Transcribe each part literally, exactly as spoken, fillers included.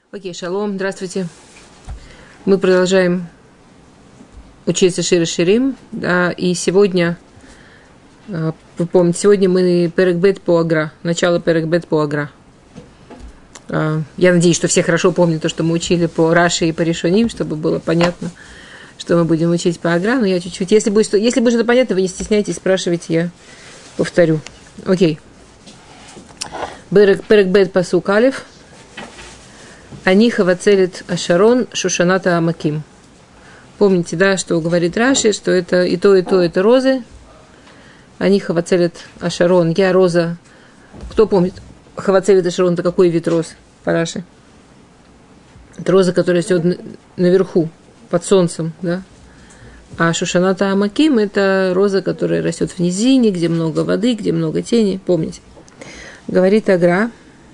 Окей, шалом, здравствуйте. Мы продолжаем учиться Шир ха-Ширим, да, и сегодня, вы помните, сегодня мы Перек Бет по Агра, начало Перек Бет по Агра. Я надеюсь, что все хорошо помнят то, что мы учили по Раши и по Ришоним, чтобы было понятно, что мы будем учить по Агра, но я чуть-чуть, если будет, что, если будет что-то понятно, вы не стесняйтесь, спрашивайте, я повторю. Окей. Перек Бет пасук алеф. Аниха вацелит ашарон шушаната амаким. Помните, да, что говорит Раши, что это и то, и то, это розы. Аниха вацелит ашарон. Я роза. Кто помнит? Хавацелит ашарон, это какой вид роз по Раши? Это роза, которая растет наверху, под солнцем, да? А шушаната амаким – это роза, которая растет в низине, где много воды, где много тени. Помните? Говорит Агра,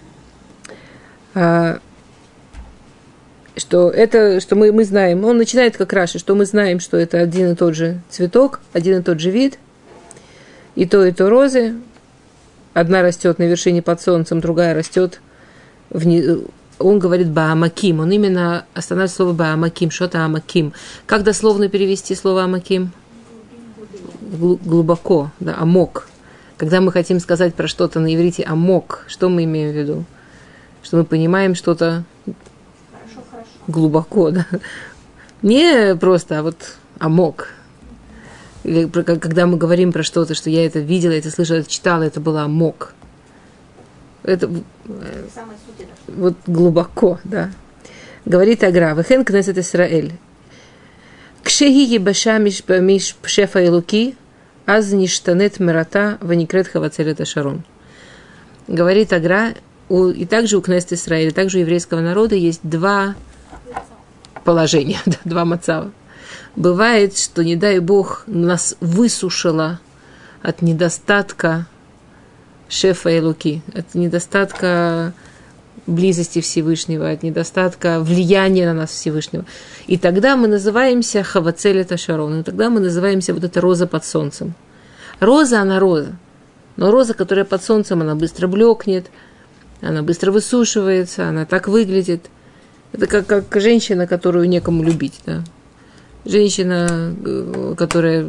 что это, что мы, мы знаем, он начинает как Раши, что мы знаем, что это один и тот же цветок, один и тот же вид, и то, и то розы. Одна растет на вершине под солнцем, другая растет вниз. Он говорит баамаким, он именно останавливает слово баамаким, что-то амаким. Как дословно перевести слово амаким? Глубоко, да, амок. Когда мы хотим сказать про что-то на иврите амок, что мы имеем в виду? Что мы понимаем что-то глубоко, да. Не просто, а вот амок. Или когда мы говорим про что-то, что я это видела, это слышала, это читала, это было амок. Это вот глубоко, да. Говорит Агра, вехен кнесет Исраэль. Кшеги ебаша миш пшефа элуки, аз ништанет мерата ваникрет хавацелет ашарон. Говорит Агра, и также у кнесет Исраэля, также у еврейского народа есть два положения, два мацава. Бывает, что, не дай Бог, нас высушило от недостатка шефа и луки, от недостатка близости Всевышнего, от недостатка влияния на нас Всевышнего. И тогда мы называемся хавацелет ашарон, и тогда мы называемся вот эта роза под солнцем. Роза, она роза, но роза, которая под солнцем, она быстро блекнет, она быстро высушивается, она так выглядит. Это как, как женщина, которую некому любить, да. Женщина, которая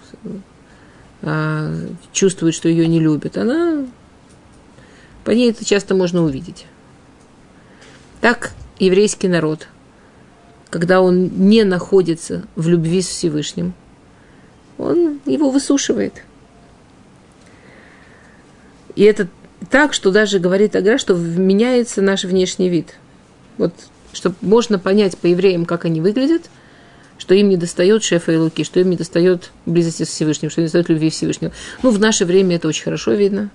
а, чувствует, что ее не любят, она, по ней это часто можно увидеть. Так еврейский народ, когда он не находится в любви с Всевышним, он его высушивает. И это так, что даже говорит Агра, что меняется наш внешний вид. Вот, чтобы можно понять по евреям, как они выглядят, что им недостает шефа и луки, что им недостает близости с Всевышним, что им недостает любви Всевышнего. Ну, в наше время это очень хорошо видно.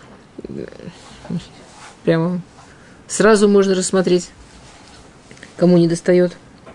Прямо сразу можно рассмотреть, кому недостает.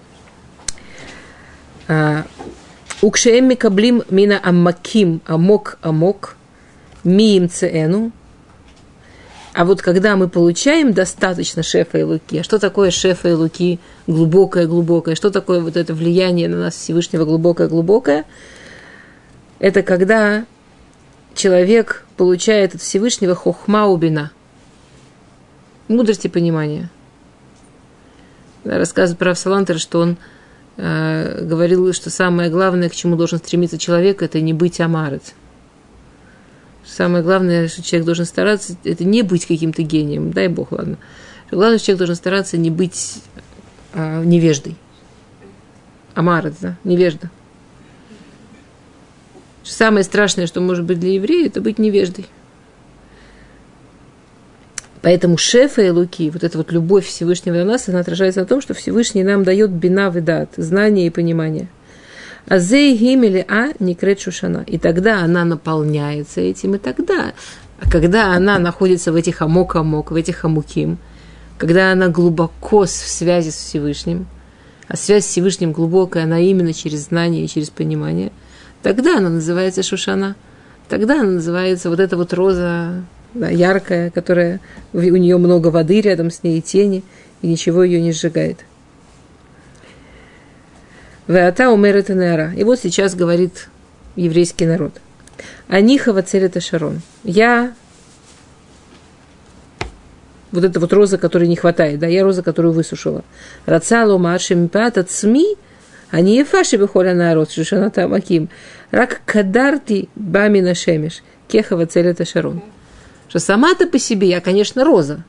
Укшеем микаблим мина аммаким, амок амок, миим цеэну. А вот когда мы получаем достаточно шефа и луки, а что такое шефа и луки глубокое-глубокое, что такое вот это влияние на нас Всевышнего глубокое-глубокое, это когда человек получает от Всевышнего хохма убина, мудрость и понимание. Да, рассказывает про Авсалантера, что он э, говорил, что самое главное, к чему должен стремиться человек, это не быть амарец. Самое главное, что человек должен стараться, это не быть каким-то гением, дай Бог, ладно. Главное, что человек должен стараться не быть а, невеждой. Амарец, да, невежда. Самое страшное, что может быть для еврея, это быть невеждой. Поэтому шефа и луки, вот эта вот любовь Всевышнего на нас, она отражается на том, что Всевышний нам дает бина ведат, знание и понимание. А зей гимели а никрет шушана. И тогда она наполняется этим, и тогда, а когда она находится в этих амок-амок, в этих амуким, когда она глубоко в связи с Всевышним, а связь с Всевышним глубокая, она именно через знание и через понимание, тогда она называется шушана. Тогда она называется вот эта вот роза, да, яркая, которая, у нее много воды рядом с ней, и тени, и ничего ее не сжигает. Веата умерет энера. И вот сейчас говорит еврейский народ. Аниха вацелет ашарон. Я вот эта вот роза, которой не хватает, да, я роза, которую высушила. Рацало маршем пятат сми, а не ефаши бихоля народ, шишаната маким. Рак кадарти бами нашемиш, кехова целета шарон. Что сама-то по себе я, конечно, роза.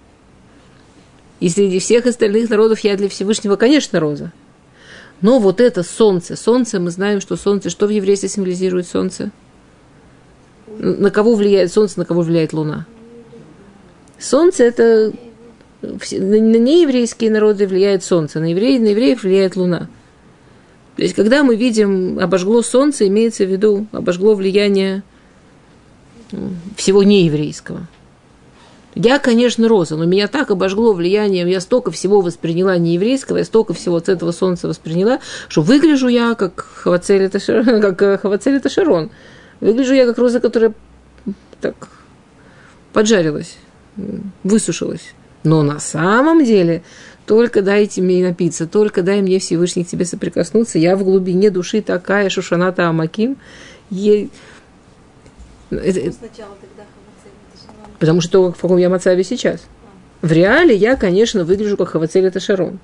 И среди всех остальных народов я для Всевышнего, конечно, роза. Но вот это солнце, солнце, мы знаем, что солнце, что в еврействе символизирует солнце? На кого влияет солнце, на кого влияет луна? Солнце – это… На нееврейские народы влияет солнце, на евреев, на евреев влияет луна. То есть, когда мы видим обожгло солнце, имеется в виду обожгло влияние всего нееврейского. Я, конечно, роза, но меня так обожгло влиянием, я столько всего восприняла нееврейского, я столько всего от этого солнца восприняла, что выгляжу я как Хавацель Шарон, как Хавацель Шарон. Выгляжу я как роза, которая так поджарилась, высушилась. Но на самом деле, только дайте мне напиться, только дай мне Всевышний к тебе соприкоснуться, я в глубине души такая Шушаната Амаким. Е... Это... Сначала тогда потому что то, в каком я мацаве сейчас. В реале я, конечно, выгляжу как Хавацель Шарон.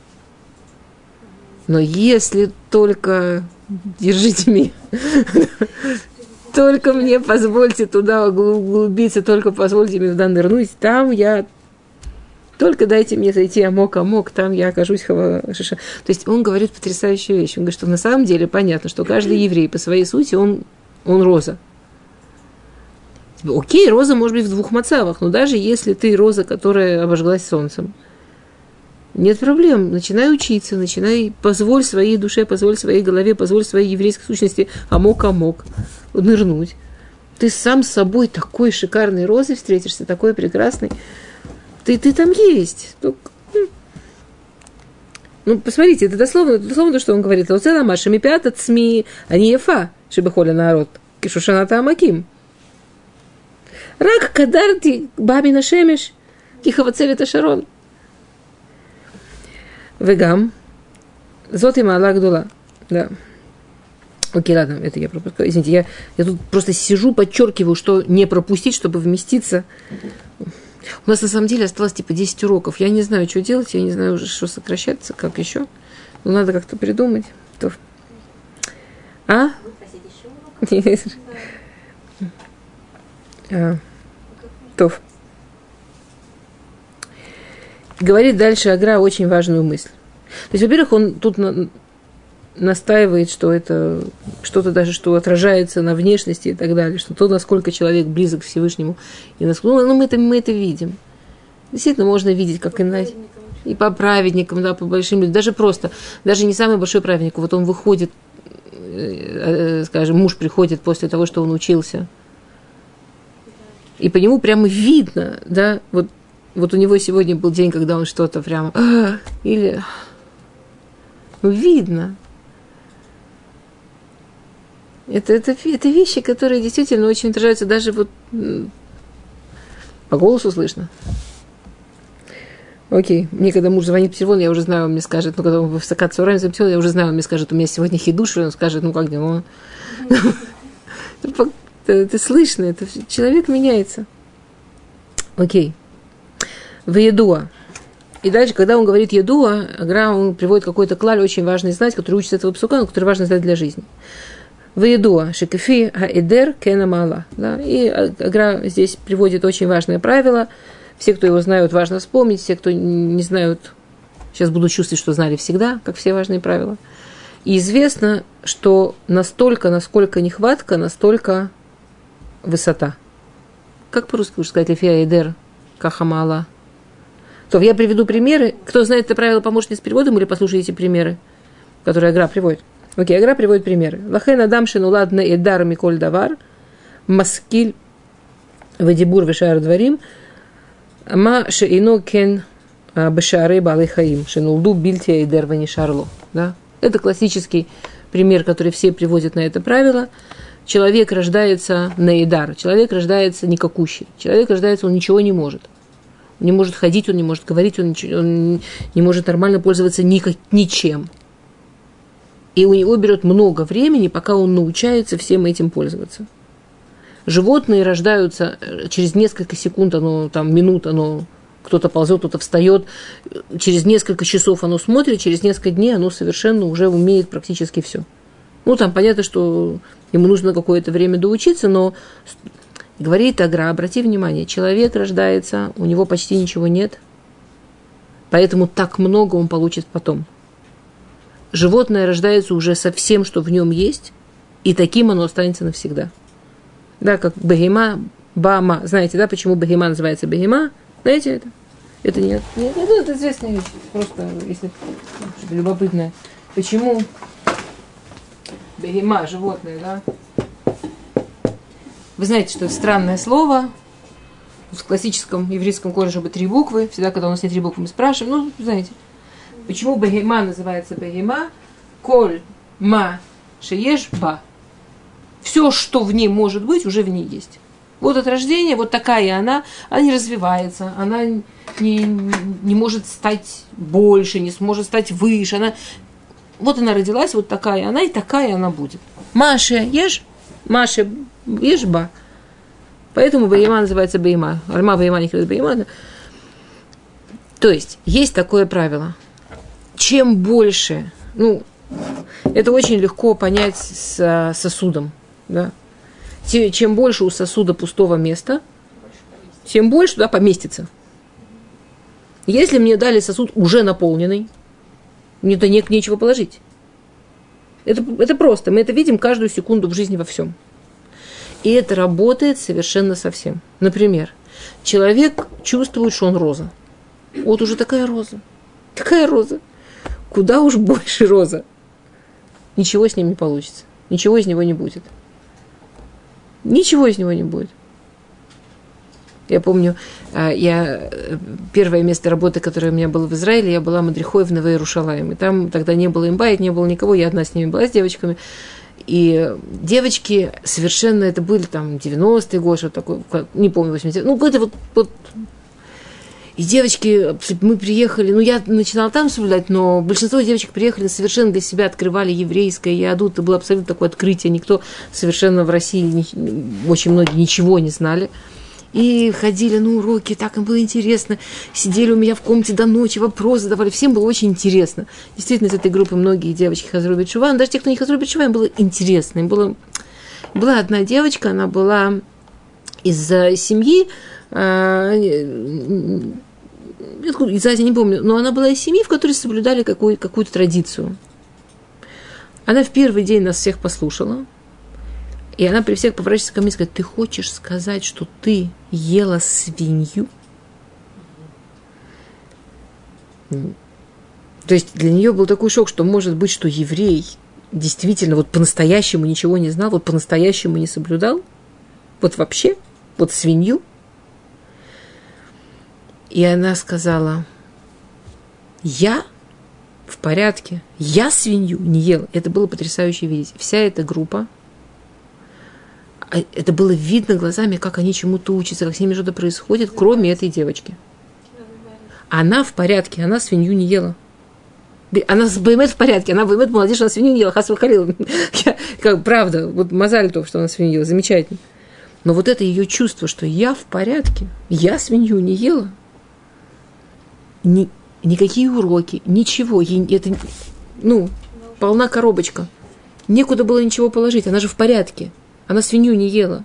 Но если только держите меня, только мне позвольте туда углубиться, только позвольте мне туда нырнуть, там я, только дайте мне зайти амок-амок, там я окажусь Хавашиша. То есть он говорит потрясающую вещь. Он говорит, что на самом деле понятно, что каждый еврей по своей сути, он, он роза. Окей, роза может быть в двух мацавах, но даже если ты роза, которая обожглась солнцем, нет проблем, начинай учиться, начинай, позволь своей душе, позволь своей голове, позволь своей еврейской сущности амок-амок нырнуть. Ты сам с собой такой шикарной розой встретишься, такой прекрасный. Ты, ты там есть. Ну, посмотрите, это дословно, это дословно то, что он говорит. Лауцела маша мипята цми, а не ефа, шебехоля народ, кишушаната амаким. Рак кадарти баби нашемеш, кихавацель шарон. Вегам. Зот и маала гдула. Да. Окей, ладно, это я пропускаю. Извините, я, я тут просто сижу, подчеркиваю, что не пропустить, чтобы вместиться. У нас на самом деле осталось типа десять уроков. Я не знаю, что делать, я не знаю уже, что сокращаться, как еще. Но надо как-то придумать. То... А? а. То. Говорит дальше Агра очень важную мысль. То есть, во-первых, он тут на, настаивает, что это что-то даже, что отражается на внешности и так далее, что то, насколько человек близок к Всевышнему, и насколько, ну, мы это, мы это видим. Действительно, можно видеть, как иначе. И по праведникам, да, по большим людям, даже просто, даже не самый большой праведник, вот он выходит, скажем, муж приходит после того, что он учился, и по нему прямо видно, да, вот, вот у него сегодня был день, когда он что-то прямо, или, ну, видно. Это, это, это вещи, которые действительно очень отражаются, даже вот по голосу слышно. Окей, мне когда муж звонит по телефону, я уже знаю, он мне скажет, ну, когда он в Сакат-Сурайм записал, я уже знаю, он мне скажет, у меня сегодня хидуш, и он скажет, ну, как дела? Это слышно, это человек меняется. Окей. В Едуа. И дальше, когда он говорит Едуа, Агра, он приводит какой-то клаль, очень важный знать, который учится этого псука, но который важно знать для жизни. В Едуа. Шекефи хаэдер кена маала. И Агра здесь приводит очень важное правило. Все, кто его знают, важно вспомнить. Все, кто не знают, сейчас буду чувствовать, что знали всегда, как все важные правила. И известно, что настолько, насколько нехватка, настолько высота. Как по-русски лучше сказать? Лефия эдер кахамала. То я приведу примеры. Кто знает это правило, поможете с переводом или послушайте примеры, которые Агра приводит. Окей, Агра приводит примеры. Лахен адам шенулад на эдар миколь давар, маскиль вадибур вешар дварим, ма шеино кен бешары балы хаим, шенулду бильтия эдер ванишарло. Да? Это классический пример, который все приводят на это правило. Человек рождается на эдар, человек рождается никакущий, человек рождается, он ничего не может. Он не может ходить, он не может говорить, он, ничего, он не может нормально пользоваться никак, ничем. И у него берет много времени, пока он научается всем этим пользоваться. Животные рождаются через несколько секунд, оно, там, минут, оно Кто-то ползет, кто-то встает. Через несколько часов оно смотрит, через несколько дней оно совершенно уже умеет практически все. Ну, там понятно, что ему нужно какое-то время доучиться, но говорит Агра, обрати внимание, человек рождается, у него почти ничего нет, поэтому так много он получит потом. Животное рождается уже со всем, что в нем есть, и таким оно останется навсегда. Да, как бегема, бама. Знаете, да, почему бегема называется бегема? Знаете это? Это нет. Нет, это известная вещь. Просто, если любопытно. Почему бегема, животное, да? Вы знаете, что это странное слово. В классическом еврейском колледже бы три буквы. Всегда, когда у нас нет три буквы, мы спрашиваем. Ну, знаете. Почему бегема называется бегема? Коль, ма, шееш, ба. Все, что в ней может быть, уже в ней есть. Вот от рождения, вот такая она, она не развивается, она не, не может стать больше, не сможет стать выше. Она, вот она родилась, вот такая она, и такая она будет. Маша, ешь, Маша, ешь, ба. Поэтому бегема называется бегема. Альма бегема не говорит бегема. То есть, есть такое правило. Чем больше, ну, это очень легко понять с сосудом, да. Чем больше у сосуда пустого места, тем больше туда поместится. Если мне дали сосуд уже наполненный, мне туда не, нечего положить. Это, это просто, мы это видим каждую секунду в жизни во всем. И это работает совершенно со всем. Например, человек чувствует, что он роза. Вот уже такая роза, такая роза. Куда уж больше роза. Ничего с ним не получится. Ничего из него не будет. Ничего из него не будет. Я помню, я, первое место работы, которое у меня было в Израиле, я была мадрихой в Ново-Иерушалаим. И там тогда не было имбайт, не было никого, я одна с ними была, с девочками. И девочки совершенно, это были там девяностые годы, что такое, не помню, восьмидесятые, ну, какой-то вот, вот. И девочки, мы приехали, ну, я начинала там соблюдать, но большинство девочек приехали, совершенно для себя открывали еврейское ядут. Это было абсолютно такое открытие. Никто совершенно в России, очень многие ничего не знали. И ходили на уроки, так им было интересно. Сидели у меня в комнате до ночи, вопросы задавали. Всем было очень интересно. Действительно, из этой группы многие девочки Хазру бет Шува, но даже те, кто не Хазру бет Шува, им было интересно. Им было... Была одна девочка, она была из семьи, из Азии, не помню, но она была из семьи, в которой соблюдали какую- какую-то традицию. Она в первый день нас всех послушала, и она при всех поворачивается ко мне и говорит: ты хочешь сказать, что ты ела свинью? То есть для нее был такой шок, что может быть, что еврей действительно вот по-настоящему ничего не знал, вот по-настоящему не соблюдал, вот вообще, вот свинью. И она сказала: я в порядке, я свинью не ела. Это было потрясающе видеть. Вся эта группа, это было видно глазами, как они чему-то учатся, как с ними что-то происходит, кроме этой девочки. Она в порядке, она свинью не ела. Она баймет в порядке, она баймет молодежь, она свинью не ела, хасва халил. Правда, вот мазаль то, что она свинью ела, замечательно. Но вот это ее чувство, что я в порядке, я свинью не ела, Ни, никакие уроки, ничего. Ей, это, ну, полна коробочка. Некуда было ничего положить. Она же в порядке. Она свинью не ела.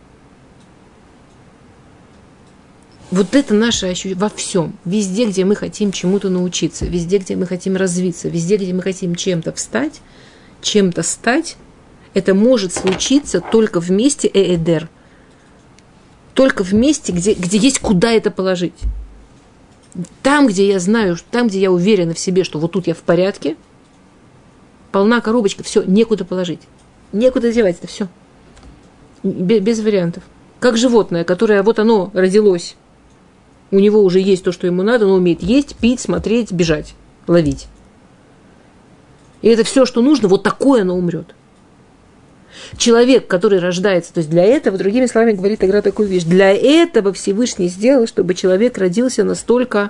Вот это наше ощущение во всем. Везде, где мы хотим чему-то научиться, везде, где мы хотим развиться, везде, где мы хотим чем-то встать, чем-то стать, это может случиться только в месте ээдер. Только в месте, где, где есть куда это положить. Там, где я знаю, там, где я уверена в себе, что вот тут я в порядке, полна коробочка, все, некуда положить. Некуда девать это все. Без, без вариантов. Как животное, которое вот оно родилось, у него уже есть то, что ему надо, оно умеет есть, пить, смотреть, бежать, ловить. И это все, что нужно, вот такое оно умрет. Человек, который рождается, то есть для этого, другими словами, говорит Агра такую вещь, для этого Всевышний сделал, чтобы человек родился настолько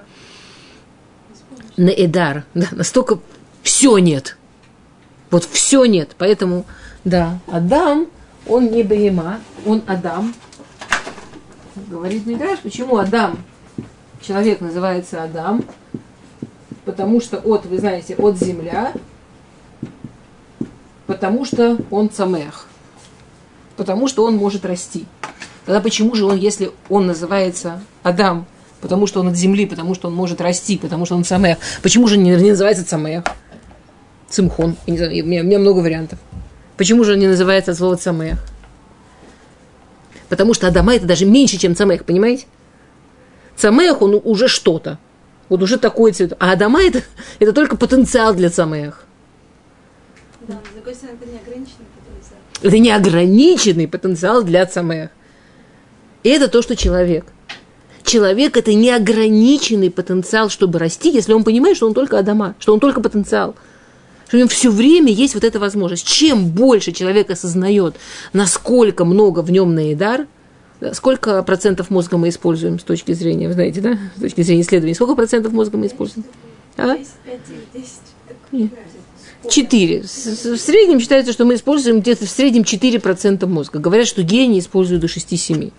наэдар, да, настолько все нет. Вот все нет. Поэтому, да, Адам, он не бегема, он Адам. Говорит Мидраш, почему Адам человек называется Адам, потому что от, вы знаете, от земля, потому что он цамех, потому что он может расти. Тогда почему же он, если он называется Адам, потому что он от земли, потому что он может расти, потому что он цамех, почему же не, не называется цамех? Цимхон. Я не знаю, у, меня, у меня много вариантов. Почему же он не называется от слова цамех? Потому что Адама это даже меньше, чем цамех, понимаете? Цамех, он уже что-то. Вот уже такой цвет. А Адама это, это только потенциал для цамех. Да, но с другой стороны, это неограниченный потенциал. Это неограниченный потенциал для цамех. И это то, что человек. Человек это неограниченный потенциал, чтобы расти, если он понимает, что он только Адама, что он только потенциал. Что у него все время есть вот эта возможность. Чем больше человек осознает, насколько много в нем наидар, сколько процентов мозга мы используем с точки зрения, вы знаете, да, с точки зрения исследований, сколько процентов мозга мы используем? А? Четыре. В среднем считается, что мы используем где-то в среднем четыре процента мозга. Говорят, что гении используют до шести-семи.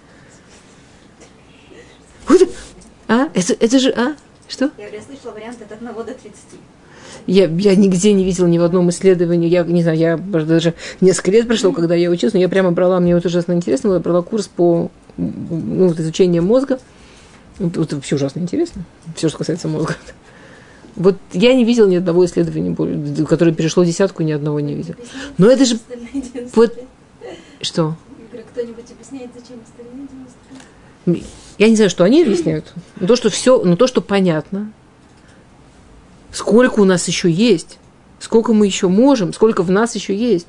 А? Это, это же, а? Что? Я, я слышала вариант от одного до тридцати. Я, я нигде не видела ни в одном исследовании. Я не знаю, я даже несколько лет прошло, когда я училась, но я прямо брала, мне вот ужасно интересно, я брала курс по ну, вот, изучению мозга. Вот, вот вообще ужасно интересно. Все, что касается мозга. Вот я не видела ни одного исследования, которое перешло десятку, ни одного не видела. Но это же... Вот... Что? Кто-нибудь объясняет, зачем остальные девяносто? Я не знаю, что они объясняют. Но то, что все, но то, что понятно. Сколько у нас еще есть, сколько мы еще можем, сколько в нас еще есть.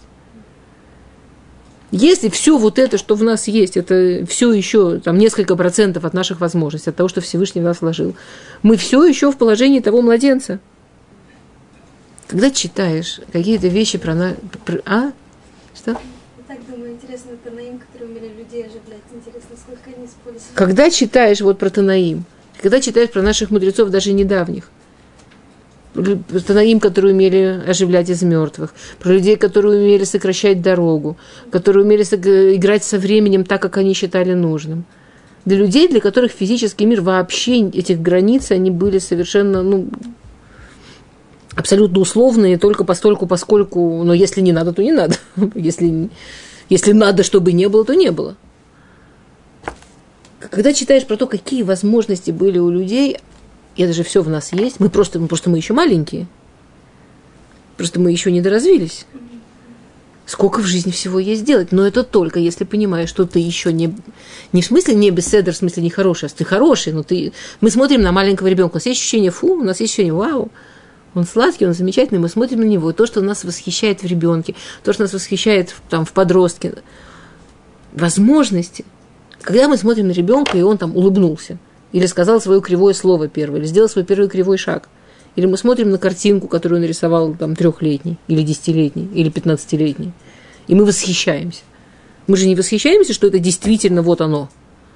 Если все вот это, что в нас есть, это все еще там, несколько процентов от наших возможностей, от того, что Всевышний в нас вложил, мы все еще в положении того младенца. Когда читаешь какие-то вещи про нас... А? Что? Я так думаю, интересно, Танаим, которые умели людей оживлять, интересно, сколько они используют. Когда читаешь вот про Танаим, когда читаешь про наших мудрецов, даже недавних, Танаим, которые умели оживлять из мертвых, про людей, которые умели сокращать дорогу, которые умели играть со временем так, как они считали нужным. Для людей, для которых физический мир вообще, этих границ, они были совершенно, ну, абсолютно условные, только постольку, поскольку, но если не надо, то не надо. Если, если надо, чтобы не было, то не было. Когда читаешь про то, какие возможности были у людей, и это же все в нас есть. Мы просто, просто мы еще маленькие. Просто мы еще не доразвились. Сколько в жизни всего есть делать. Но это только если понимаешь, что ты еще не... Не в смысле не беседер, в смысле не хороший, а ты хороший, но ты... Мы смотрим на маленького ребенка. У нас есть ощущение, фу, у нас есть ощущение, вау. Он сладкий, он замечательный, мы смотрим на него. И то, что нас восхищает в ребенке, то, что нас восхищает там, в подростке. Возможности. Когда мы смотрим на ребенка, и он там улыбнулся, или сказал свое кривое слово первое, или сделал свой первый кривой шаг. Или мы смотрим на картинку, которую нарисовал там трехлетний, или десятилетний, или пятнадцатилетний. И мы восхищаемся. Мы же не восхищаемся, что это действительно вот оно.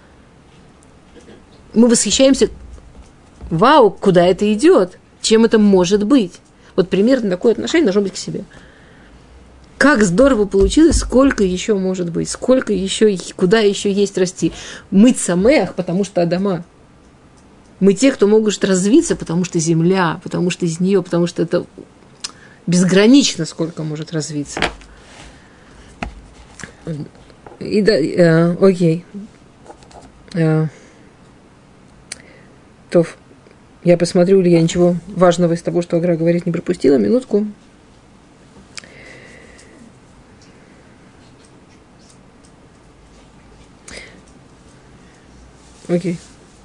Мы восхищаемся, вау, куда это идет, чем это может быть. Вот примерно такое отношение должно быть к себе. Как здорово получилось, сколько еще может быть, сколько еще, куда еще есть расти. Мы цамеах, потому что Адама. Мы те, кто могут развиться, потому что земля, потому что из нее, потому что это безгранично, сколько может развиться. И да, э, окей. Э, Тов, я посмотрю, ли я ничего важного из того, что Агра говорит, не пропустила. Минутку. Окей.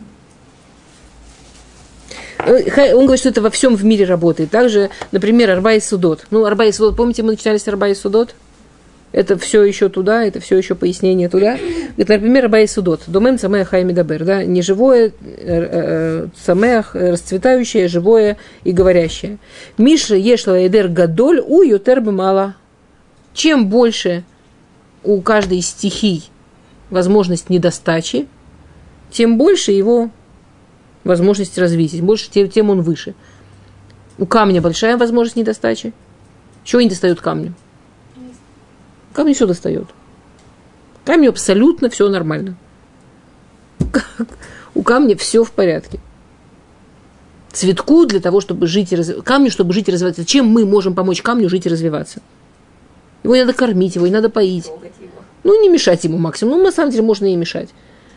Он говорит, что это во всем в мире работает. Также, например, Арба и Судот. Ну, Арба и Судот, помните, мы начинали с Арба и Судот? Это все еще туда, это все еще пояснение туда. Это, например, Арба и Судот. Домем цамеах хай медабер, да, неживое, цамеах, расцветающее, живое и говорящее. Миша ешла эдер гадоль у ютер бемала. Чем больше у каждой из стихий возможность недостачи, тем больше его возможность развития, больше, тем, тем он выше. У камня большая возможность недостачи. Чего не достает камню? Камню все достает. Камню абсолютно все нормально. У камня все в порядке. цветку для того, чтобы жить и развиваться, камню, чтобы жить и развиваться. Чем мы можем помочь камню жить и развиваться? Его не надо кормить, его не надо поить. Ну, не мешать ему максимум. Ну, на самом деле, можно и мешать.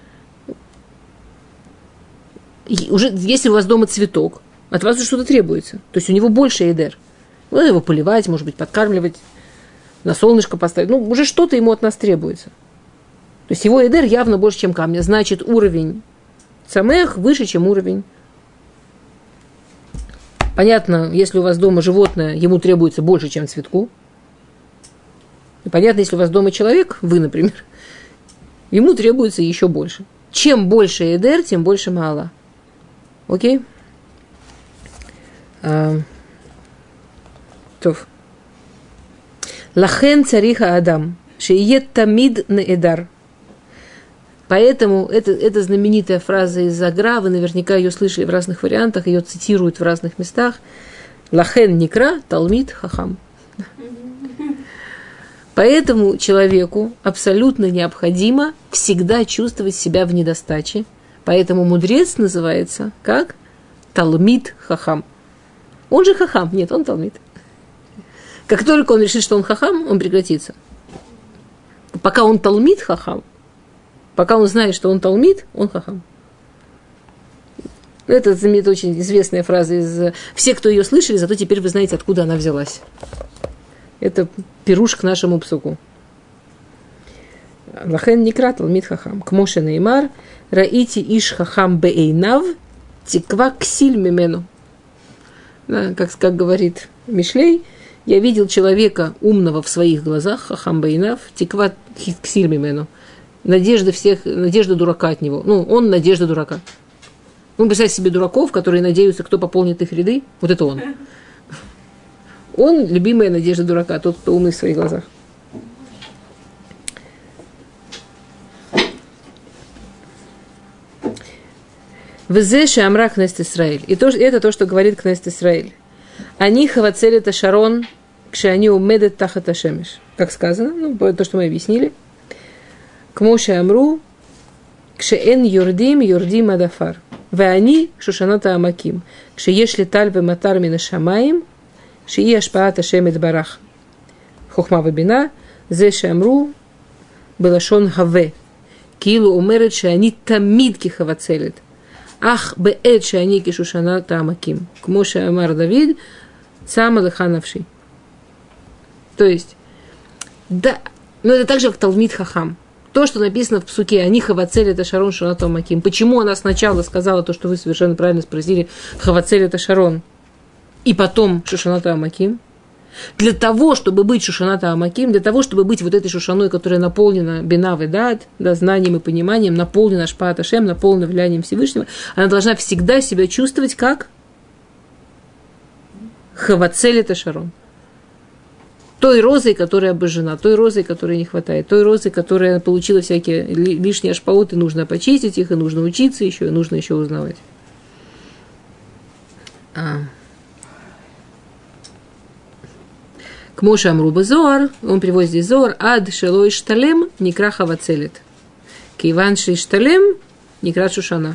И уже, если у вас дома цветок, от вас что-то требуется. То есть у него больше эйдер. Надо его поливать, может быть, подкармливать, на солнышко поставить. Ну, уже что-то ему от нас требуется. То есть его эйдер явно больше, чем камня. Значит, уровень самех выше, чем уровень. Понятно, если у вас дома животное, ему требуется больше, чем цветку. И понятно, если у вас дома человек, вы, например, ему требуется еще больше. Чем больше эйдер, тем больше маала. Окей? А, Тов. Лахен цариха адам, шеет тамид неэдар. Поэтому это, это знаменитая фраза из Агра, вы наверняка ее слышали в разных вариантах, ее цитируют в разных местах. Лахен никра, талмид хахам. Поэтому человеку абсолютно необходимо всегда чувствовать себя в недостаче. Поэтому мудрец называется как? Талмид хахам. Он же хахам. Нет, он талмид. Как только он решит, что он хахам, он прекратится. Пока он талмид хахам, пока он знает, что он талмид, он хахам. Это, это очень известная фраза из... Все, кто ее слышали, зато теперь вы знаете, откуда она взялась. Это пируш к нашему псуку. Лахен никра талмид хахам. Кмоше неймар, раити иш хахам беэйнав, тиква ксиль мимену. Да, как, как говорит Мишлей, я видел человека умного в своих глазах, хахам беэйнав, тиква ксиль мимену. Надежда всех, надежда дурака от него. Ну, он надежда дурака. Ну, представьте себе дураков, которые надеются, кто пополнит их ряды. Вот это он. Он любимая надежда дурака, тот, кто умный в своих глазах. Везе шеамра кнест Исраэль. И то, это то, что говорит кнест Исраэль. Они хавацелит ашарон, кшеани умедет тахат ашемеш. Как сказано, ну, то, что мы объяснили. Кмо шеамру, кшеэн юрдим, юрдим адафар. Веани шушаната амаким. Кшееш леталь вематар мина шамаим, шии ашпаат ашем эдбарах. Хохма вебина, зе шеамру, белашон хаве. Килу умерет шеани тамид кихавацелит. Ах, беэт шеани кишушаната амаким. Кмо шеамар Давид, сама леханавши. То есть, да, но это так же, как Талмид Хахам. То, что написано в псуке, они хавацель это Шарон Шанато Маким. Почему она сначала сказала то, что вы совершенно правильно спросили, хавацель это Шарон, и потом Шушаната Амаким? Для того, чтобы быть Шушаната Амаким, для того, чтобы быть вот этой Шушаной, которая наполнена бинав и дат, да, знанием и пониманием, наполнена Шпаат Ашем, наполнена влиянием Всевышнего, она должна всегда себя чувствовать как хавацель это Шарон. Той розой, которая обожжена, той розой, которой не хватает, той розой, которая получила всякие лишние ашпауты, нужно почистить их, и нужно учиться еще, и нужно еще узнавать. А. К Моше Амруба Зоар, он приводит здесь Зоар, ад шелой шталем никра хавацелит. Киван ши шталем никра шушана.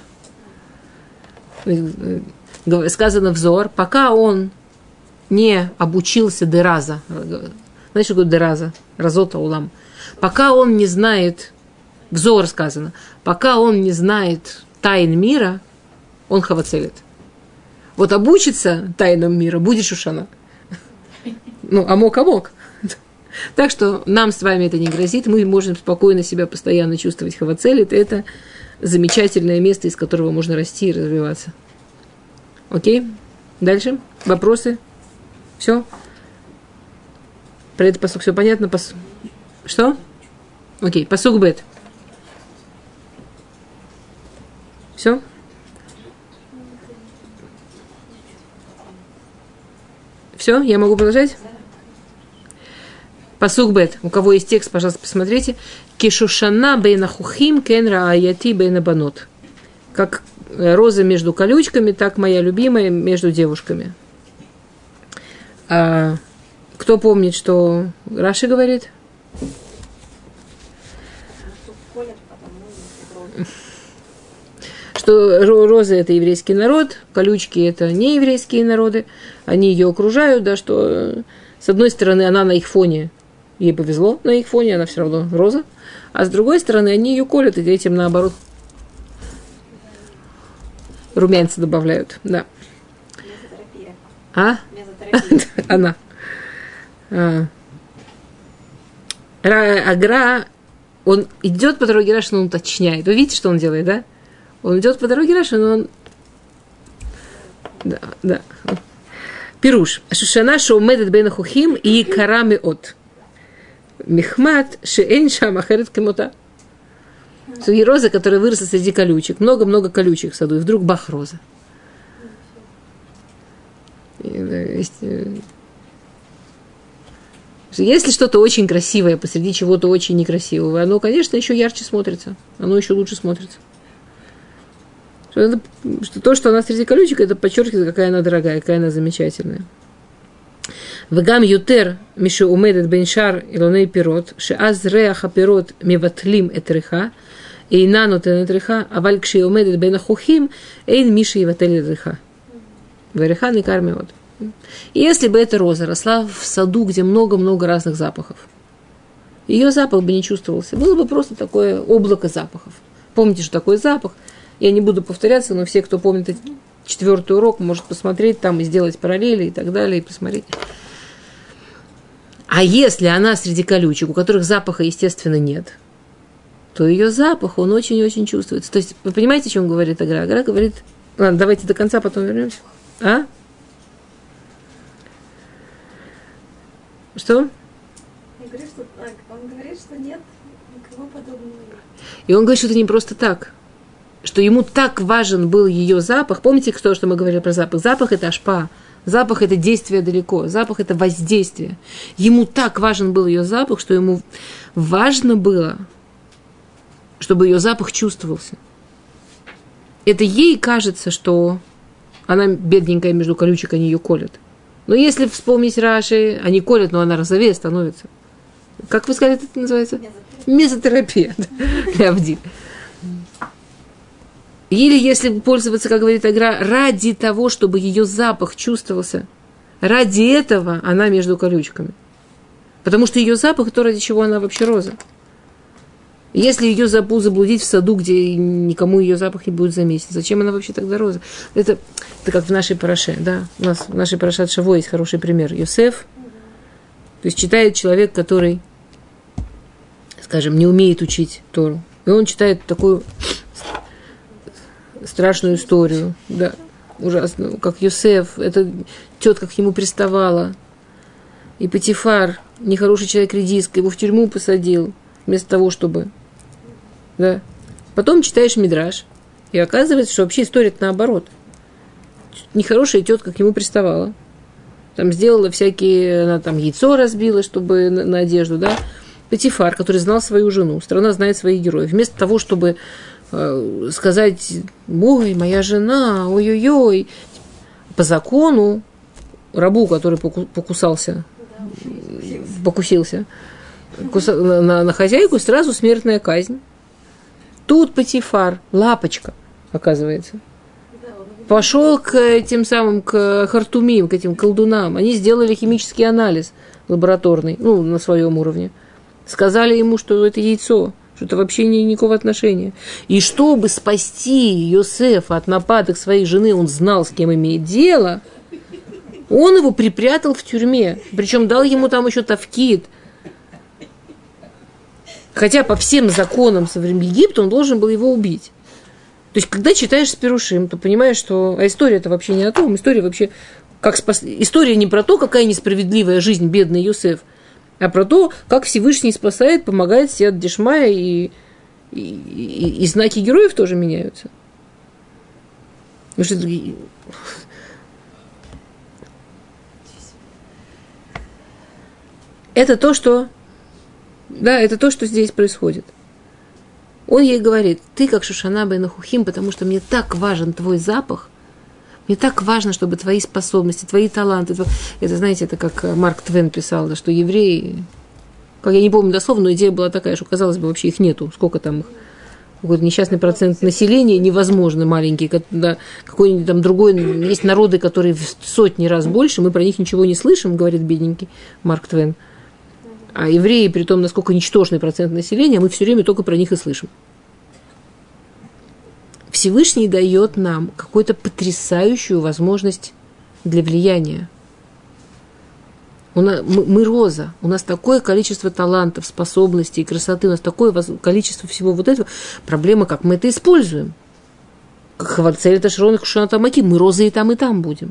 Сказано в Зоар, пока он не обучился дераза. Знаете, что такое дераза? Разота улам. Пока он не знает, в Зоар сказано, пока он не знает тайн мира, он хавацелит. Вот обучится тайнам мира, будет шушана. Ну, амок-амок. Так что нам с вами это не грозит, мы можем спокойно себя постоянно чувствовать хавацелит. Это замечательное место, из которого можно расти и развиваться. Окей? Дальше? Вопросы? Все? Про это пасук все понятно? Пас... Что? Окей, пасук бет. Все? Все? Я могу продолжать? Пасук бет. У кого есть текст, пожалуйста, посмотрите. Кишушана бейна хухим кен рааяти бейна банот. Как роза между колючками, так моя любимая между девушками. А, кто помнит, что Раши говорит? что розы – это еврейский народ, колючки – это не еврейские народы, они ее окружают, да, что с одной стороны она на их фоне, ей повезло на их фоне, она все равно роза, а с другой стороны они ее колят, и этим наоборот румянца добавляют, да. Мезотерапия. А? Мезотерапия. Она. А. Агра, он идет по дороге Раши, но он уточняет. Вы видите, что он делает, да? Он идет по дороге Раши, но он... Да, да. Пируш. Шушана шоумедет бейна хухим и карами от. Михмат шеэн шам ахерет кемота. И роза, которая выросла среди колючек. Много-много колючек в саду. И вдруг бах, роза. Если что-то очень красивое посреди чего-то очень некрасивого, оно, конечно, еще ярче смотрится. Оно еще лучше смотрится. Что, это, что то, что она среди колючек, это подчеркивает, какая она дорогая, какая она замечательная. Вегам ютер мишу умедет беншар илоней пирот, шеаз реаха пирот миватлим этриха, эйнану тенетриха, аваль кши умедет бенахухим, эйн миши иватель этриха. Вериха не кармиот. И если бы эта роза росла в саду, где много-много разных запахов, ее запах бы не чувствовался. Было бы просто такое облако запахов. Помните, что такое запах? Я не буду повторяться, но все, кто помнит четвертый урок, может посмотреть там и сделать параллели и так далее, и посмотреть. А если она среди колючек, у которых запаха, естественно, нет, то ее запах, он очень-очень чувствуется. То есть, вы понимаете, о чем говорит Агра? Агра говорит... Ладно, давайте до конца, потом вернемся. А? Что? Он говорит, что, он говорит, что нет никого подобного. И он говорит, что это не просто так. Что ему так важен был ее запах. Помните, что, что мы говорили про запах? Запах – это ашпа. Запах – это действие далеко. Запах – это воздействие. Ему так важен был ее запах, что ему важно было, чтобы ее запах чувствовался. Это ей кажется, что она бедненькая между колючек, они ее колят. Но если вспомнить Раши, они колят, но она розовее становится. Как вы сказали, это называется? Мезотерапия. Лявдиль. Или если пользоваться, как говорит Агра, ради того, чтобы ее запах чувствовался, ради этого она между колючками. Потому что ее запах – то, ради чего она вообще роза. Если ее заблудить в саду, где никому ее запах не будет заметен, зачем она вообще тогда роза? Это, это как в нашей параше, да? У нас в нашей параше от Шаво есть хороший пример. Йосеф, то есть читает человек, который, скажем, не умеет учить Тору. И он читает такую страшную историю, да, ужасную, как Йосеф, эта тетка к нему приставала, и Потифар, нехороший человек редиска, его в тюрьму посадил, вместо того, чтобы... Да. Потом читаешь Мидраш, и оказывается, что вообще история наоборот. Нехорошая тетка к нему приставала. Там сделала всякие... Она там яйцо разбила, чтобы на, на одежду, да. Потифар, который знал свою жену. Страна знает своих героев. Вместо того, чтобы э, сказать, ой, моя жена, ой-ой-ой. По закону рабу, который покусался, покусился, На, на, на хозяйку сразу смертная казнь. Тут Потифар, лапочка, оказывается, пошел к этим самым, к хартумим, к этим колдунам. Они сделали химический анализ лабораторный, ну, на своем уровне. Сказали ему, что это яйцо, что это вообще не, никакого отношения. И чтобы спасти Йосефа от нападок своей жены, он знал, с кем имеет дело, он его припрятал в тюрьме. Причем дал ему там еще тавкид. Хотя по всем законам со времен Египта он должен был его убить. То есть, когда читаешь с Пирушим, то понимаешь, что... А история это вообще не о том. История вообще... Как спас... История не про то, какая несправедливая жизнь бедный Йосеф, а про то, как Всевышний спасает, помогает себе от Дешмая, и, и, и, и знаки героев тоже меняются. Потому что... Это то, что... Да, это то, что здесь происходит. Он ей говорит, ты как Шушана бен Ахухим, потому что мне так важен твой запах, мне так важно, чтобы твои способности, твои таланты, это, знаете, это как Марк Твен писал, да, что евреи, как я не помню дословно, но идея была такая, что, казалось бы, вообще их нету, сколько там их, какой-то несчастный процент населения, невозможно маленький, да, какой-нибудь там другой, есть народы, которые в сотни раз больше, мы про них ничего не слышим, говорит бедненький Марк Твен. А евреи, при том, насколько ничтожный процент населения, мы все время только про них и слышим. Всевышний дает нам какую-то потрясающую возможность для влияния. У нас, мы, мы роза, у нас такое количество талантов, способностей, красоты, у нас такое количество всего вот этого. Проблема, как мы это используем. Как Хавальцель, Ташрон и Кушана Тамаки, мы розы и там, и там будем.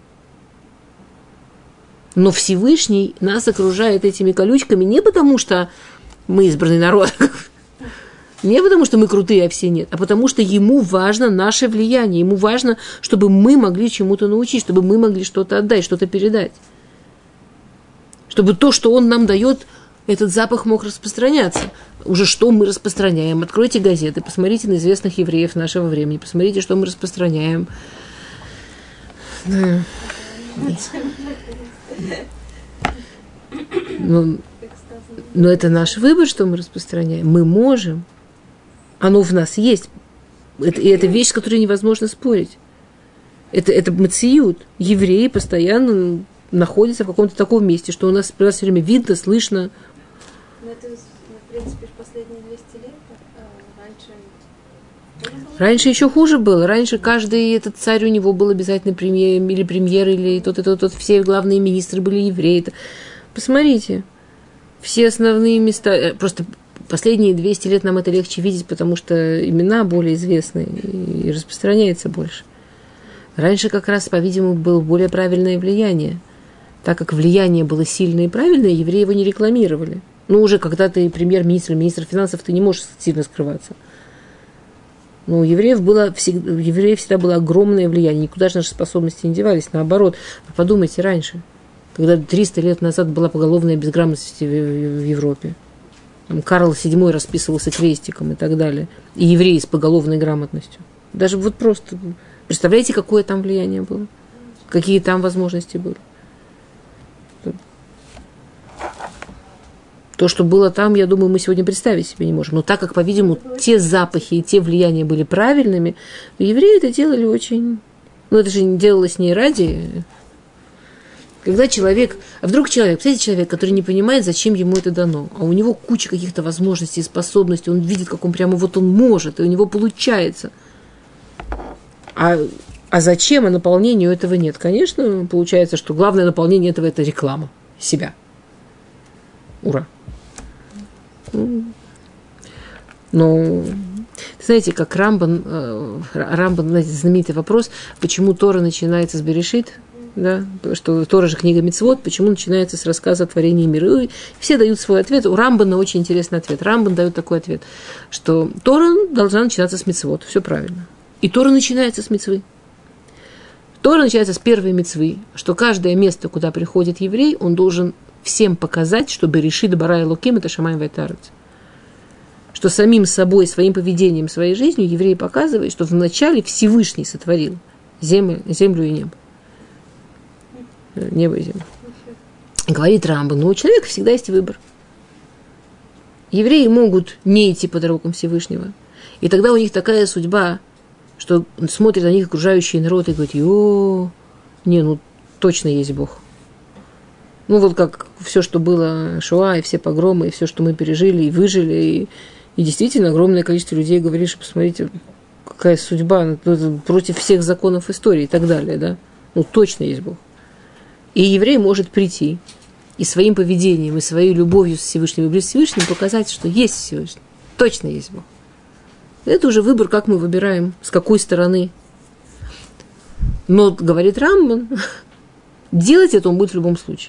Но Всевышний нас окружает этими колючками не потому, что мы избранный народ, не потому, что мы крутые, а все нет, а потому, что ему важно наше влияние, ему важно, чтобы мы могли чему-то научить, чтобы мы могли что-то отдать, что-то передать. Чтобы то, что он нам дает, этот запах мог распространяться. Уже что мы распространяем? Откройте газеты, посмотрите на известных евреев нашего времени, посмотрите, что мы распространяем. Да. Но, но это наш выбор, что мы распространяем. Мы можем. Оно в нас есть. Это, и это вещь, с которой невозможно спорить. Это, это мациют. Евреи постоянно находятся в каком-то таком месте, что у нас, у нас все время видно, слышно. Но это, в принципе, последние двести лет. Раньше... Раньше еще хуже было. Раньше каждый этот царь, у него был обязательно премьер, или премьер, или тот, и тот, тот. Все главные министры были евреи. Посмотрите. Все основные места... Просто последние двести лет нам это легче видеть, потому что имена более известны и распространяется больше. Раньше как раз, по-видимому, было более правильное влияние. Так как влияние было сильное и правильное, евреи его не рекламировали. Ну, уже когда ты премьер-министр, министр финансов, ты не можешь сильно скрываться. Но у евреев, было всегда, у евреев всегда было огромное влияние. Никуда же наши способности не девались. Наоборот, подумайте раньше, когда триста лет назад была поголовная безграмотность в Европе. Там Карл седьмой расписывался крестиком и так далее. И евреи с поголовной грамотностью. Даже вот просто... Представляете, какое там влияние было? Какие там возможности были? То, что было там, я думаю, мы сегодня представить себе не можем. Но так как, по-видимому, те запахи и те влияния были правильными, евреи это делали очень... Ну, это же не делалось не ради... Когда человек... А вдруг человек, представляете, человек, который не понимает, зачем ему это дано, а у него куча каких-то возможностей, способностей, он видит, как он прямо вот он может, и у него получается. А, а зачем, а наполнению этого нет? Конечно, получается, что главное наполнение этого – это реклама себя. Ура! Но, знаете, как Рамбан, Рамбан, знаете, знаменитый вопрос, почему Тора начинается с Берешит, да, что Тора же книга Мицвот, почему начинается с рассказа о творении мира. И все дают свой ответ. У Рамбана очень интересный ответ. Рамбан дает такой ответ, что Тора должна начинаться с Мицвот. Все правильно. И Тора начинается с мицвы. Тора начинается с первой мицвы, что каждое место, куда приходит еврей, он должен всем показать, что Берешит бара элоким это шамаим вайтарец. Что самим собой, своим поведением, своей жизнью еврей показывает, что вначале Всевышний сотворил землю, землю и небо. Небо и землю. Говорит Рамбан, но у человека всегда есть выбор. Евреи могут не идти по дорогам Всевышнего. И тогда у них такая судьба, что смотрят на них окружающий народ и говорят, о, не, ну точно есть Бог. Ну вот как все, что было Шоа, и все погромы, и все, что мы пережили, и выжили, и, и действительно огромное количество людей говорит, что посмотрите, какая судьба, против всех законов истории и так далее, да. Ну точно есть Бог. И еврей может прийти и своим поведением, и своей любовью с Всевышним, и близ Всевышним показать, что есть Всевышний, точно есть Бог. Это уже выбор, как мы выбираем, с какой стороны. Но, говорит Рамбан, делать это он будет в любом случае.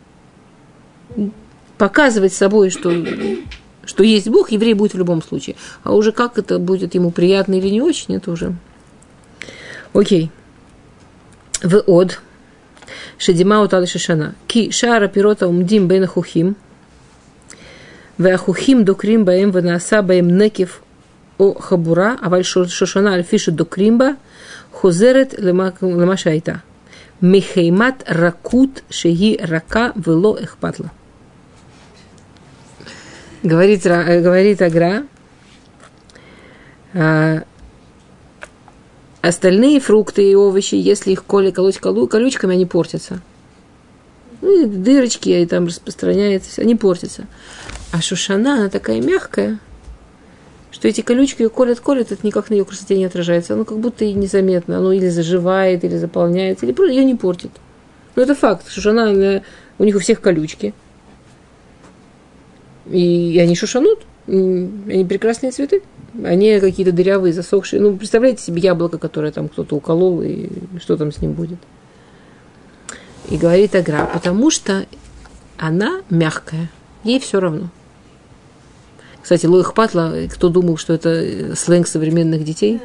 Показывать собой, что, что есть Бог, еврей будет в любом случае. А уже как это будет ему приятно или не очень, это уже... Окей. В од. Шедима утали шишана. Ки шара пирота умдим бен ахухим. В ахухим докрим баем ванаса баем некив о хабура, аваль шошана альфиши докримба, хозерет лема шайта. Михеймат ракут шеги рака вело эхпатла. Говорит, говорит Агра, А остальные фрукты и овощи, если их коли, колоть колу, колючками, они портятся. Ну, и дырочки, и там распространяются, они портятся. А шушана, она такая мягкая, что эти колючки ее колят-колят, это никак на ее красоте не отражается. Оно как будто и незаметно. Оно или заживает, или заполняется, или просто ее не портит. Но это факт. Шушана, она, у них у всех колючки. И, и они шушанут. Они прекрасные цветы. Они какие-то дырявые, засохшие. Ну, представляете себе яблоко, которое там кто-то уколол, и что там с ним будет. И говорит Агра, потому что она мягкая. Ей все равно. Кстати, лоих патла, кто думал, что это сленг современных детей,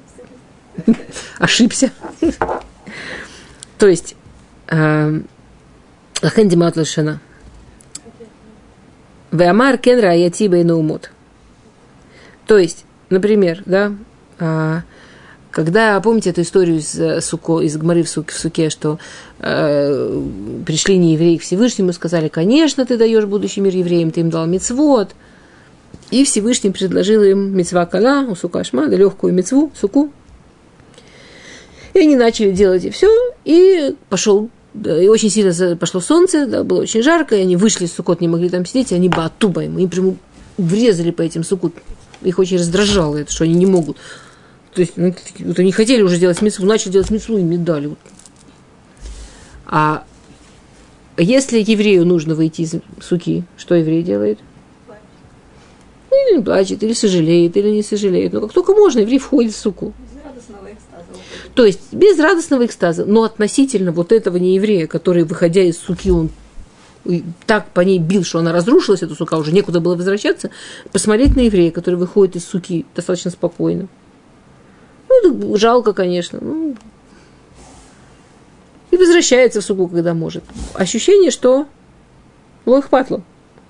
ошибся. То есть, лахен матла шана. Веамар кенра аяти бейноумот. То есть, например, да, когда, помните эту историю из Суко, из Гмары в Суке, в Суке, что э, пришли неевреи к Всевышнему и сказали, конечно, ты даешь будущий мир евреям, ты им дал мицвот. И Всевышний предложил им мицва кала, усука шма, да легкую мицву, суку. И они начали делать и все, и пошел, да, и очень сильно пошло солнце, да, было очень жарко, и они вышли из сукот, не могли там сидеть, и они баатуба им, они прямо врезали по этим сукут. Их очень раздражало это, что они не могут. То есть, ну, вот они хотели уже делать мицву, начали делать мицву и медали. А если еврею нужно выйти из суки, что еврей делает? Или не плачет, или сожалеет, или не сожалеет. Но как только можно, еврей входит в суку. Без радостного экстаза. То есть, без радостного экстаза. Но относительно вот этого нееврея, который, выходя из суки, он так по ней бил, что она разрушилась, эта сука, уже некуда было возвращаться, посмотреть на еврея, который выходит из суки достаточно спокойно. Ну, жалко, конечно. Ну, и возвращается в суку, когда может. Ощущение, что лоих патло.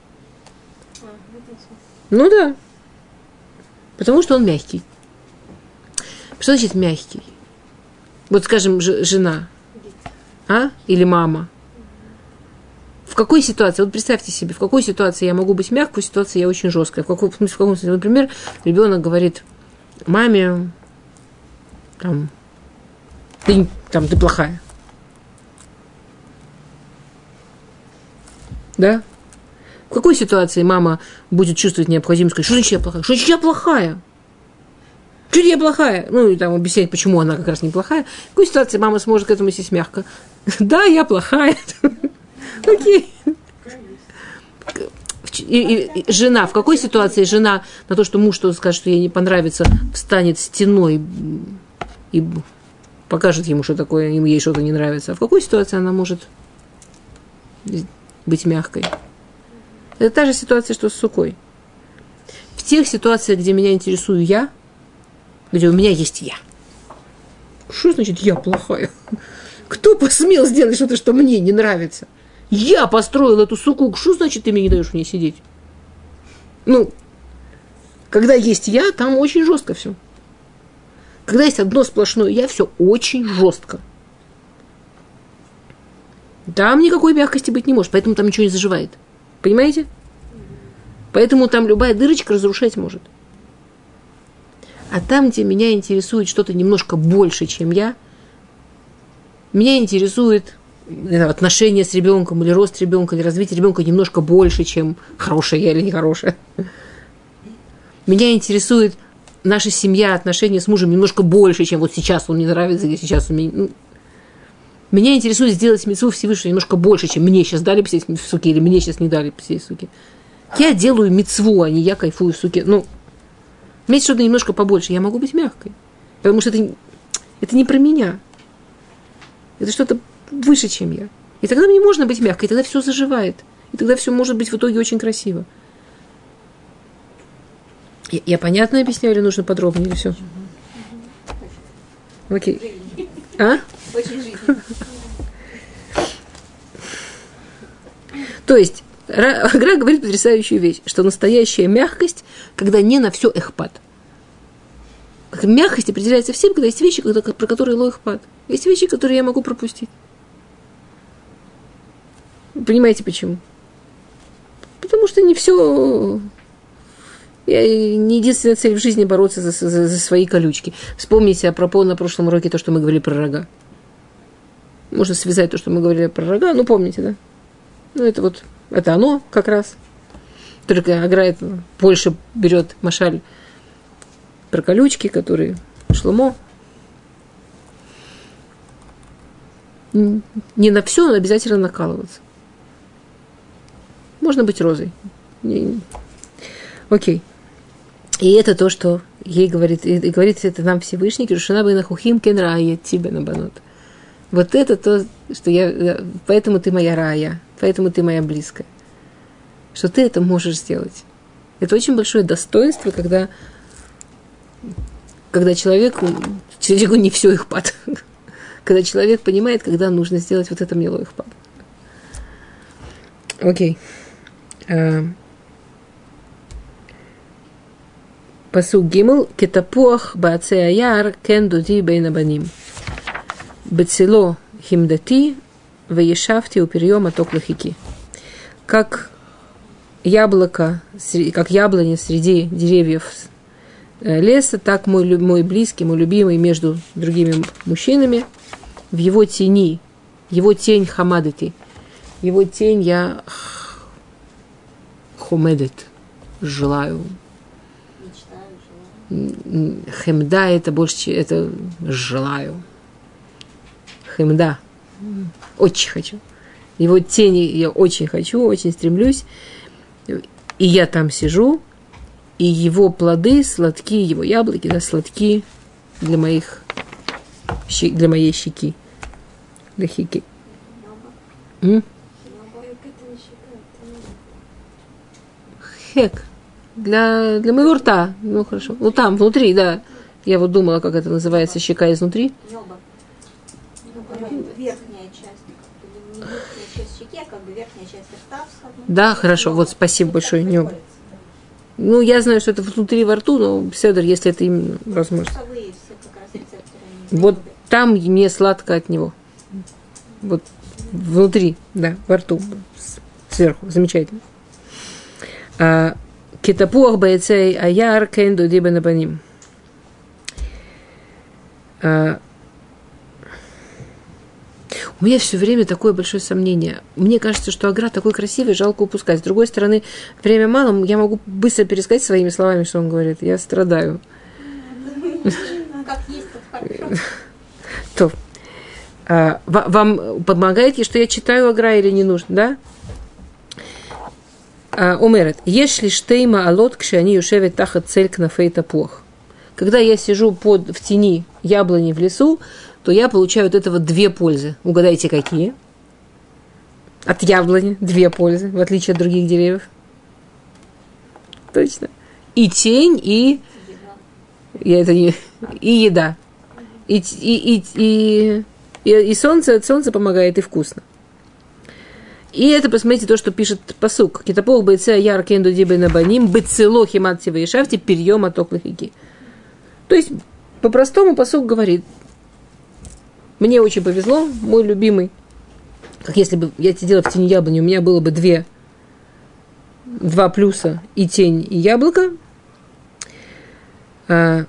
Ну да. Потому что он мягкий. Что значит мягкий? Вот, скажем, ж- жена. А? Или мама. В какой ситуации? Вот представьте себе, в какой ситуации я могу быть мягкой, в ситуации я очень жесткая. В какой, в смысле, в каком смысле? Например, ребенок говорит маме, там, ты, там, ты плохая. Да? В какой ситуации мама будет чувствовать необходимость сказать, что значит я плохая? Что значит я плохая? Что я плохая? Ну, и там объяснять, почему она как раз неплохая. В какой ситуации мама сможет к этому сесть мягко? Да, я плохая. Окей. И, и, и жена, в какой ситуации жена на то, что муж что-то скажет, что ей не понравится, встанет стеной и покажет ему, что такое, ему ей что-то не нравится. А в какой ситуации она может быть мягкой? Это та же ситуация, что с сукой. В тех ситуациях, где меня интересую я, где у меня есть я. Что значит я плохая? Кто посмел сделать что-то, что мне не нравится? Я построил эту суку. Что значит ты мне не даешь в ней сидеть? Ну, когда есть я, там очень жестко все. Когда есть одно сплошное я, все очень жестко. Там никакой мягкости быть не может, поэтому там ничего не заживает. Понимаете? Поэтому там любая дырочка разрушать может. А там, где меня интересует что-то немножко больше, чем я, меня интересует отношения с ребенком, или рост ребенка, или развитие ребенка немножко больше, чем хорошее я или нехорошее. Меня интересует наша семья, отношения с мужем немножко больше, чем вот сейчас он мне нравится, или сейчас он мне... Меня интересует сделать мицву Всевышнего немножко больше, чем мне сейчас дали посидеть в суке, или мне сейчас не дали посидеть в суке. Я делаю мицву, а не я кайфую в суке. Ну, у меня что-то немножко побольше, я могу быть мягкой. Потому что это, это не про меня. Это что-то выше, чем я. И тогда мне можно быть мягкой, и тогда все заживает. И тогда все может быть в итоге очень красиво. Я, я понятно объясняю, или нужно подробнее, или все? Окей. А? Очень жизненно. То есть, Агра говорит потрясающую вещь, что настоящая мягкость, когда не на все эхпат. Мягкость определяется всем, когда есть вещи, когда, про которые ло эхпат. Есть вещи, которые я могу пропустить. Понимаете, почему? Потому что не все... не единственная цель в жизни бороться за, за, за свои колючки. Вспомните апропо на прошлом уроке то, что мы говорили про рога. Можно связать то, что мы говорили про рога, ну, помните, да? Ну, это вот, это оно как раз. Только играет, больше берет машаль про колючки, которые Шломо. Не на все, но обязательно накалываться. Можно быть розой. Окей. И это то, что ей говорит, и говорит это нам Всевышний, Кирушана бы нахухим кен рая тебе на банот. Вот это то, что я, поэтому ты моя рая, поэтому ты моя близкая. Что ты это можешь сделать. Это очень большое достоинство, когда, когда человеку, человеку не все их пад. Когда человек понимает, когда нужно сделать вот это мило их пад. Окей. Пасук гимл кетапуах бааце аяр кен дуди бейнабаним. Бецело химдати веешавти уперьем аток лахики. Как яблоко, как яблони среди деревьев леса, так мой, мой близкий, мой любимый между другими мужчинами, в его тени, его тень хамадати, его тень я хумедет, желаю. Хемда это больше, это желаю. Хемда. Очень хочу. Его тени я очень хочу, очень стремлюсь. И я там сижу, и его плоды сладки, его яблоки, да, сладки для моих, для моей щеки. Для хики. М? Хек. Для, для моего рта. Ну, хорошо. Ну, там, внутри, да. Я вот думала, как это называется, щека изнутри. Верхняя часть. Не верхняя часть щеки, а как бы верхняя часть рта. Да, хорошо. Вот, спасибо большое. Небо. Ну, я знаю, что это внутри во рту, но, Седор, если это именно возможно. Вот там мне сладко от него. Вот внутри, да, во рту. Сверху. Замечательно. Кетапуах байцей аяр кен дуди бенабаним. У меня все время такое большое сомнение. Мне кажется, что Агра такой красивый, жалко упускать. С другой стороны, время мало, я могу быстро пересказать своими словами, что он говорит. Я страдаю. Как есть, так хорошо. То. А, вам помогает, что я читаю Агра или не нужно, да? Умерет. Если штейма алот, кшани юшевет тахат цель кнафей тапуах. Когда я сижу под, в тени яблони в лесу, то я получаю от этого две пользы. Угадайте, какие? От яблони две пользы, в отличие от других деревьев. Точно. И тень, и... Я это не... И еда. И, и, и, и, и, и солнце, от солнца помогает, и вкусно. И это, посмотрите, то, что пишет пасук. Китапох бойца яр кенду дибе набаним, бецело химат тива и шафти, перьем аток лахики. То есть, по-простому пасук говорит, мне очень повезло, мой любимый, как если бы я сидела в тени яблони, у меня было бы две, два плюса, и тень, и яблоко. А,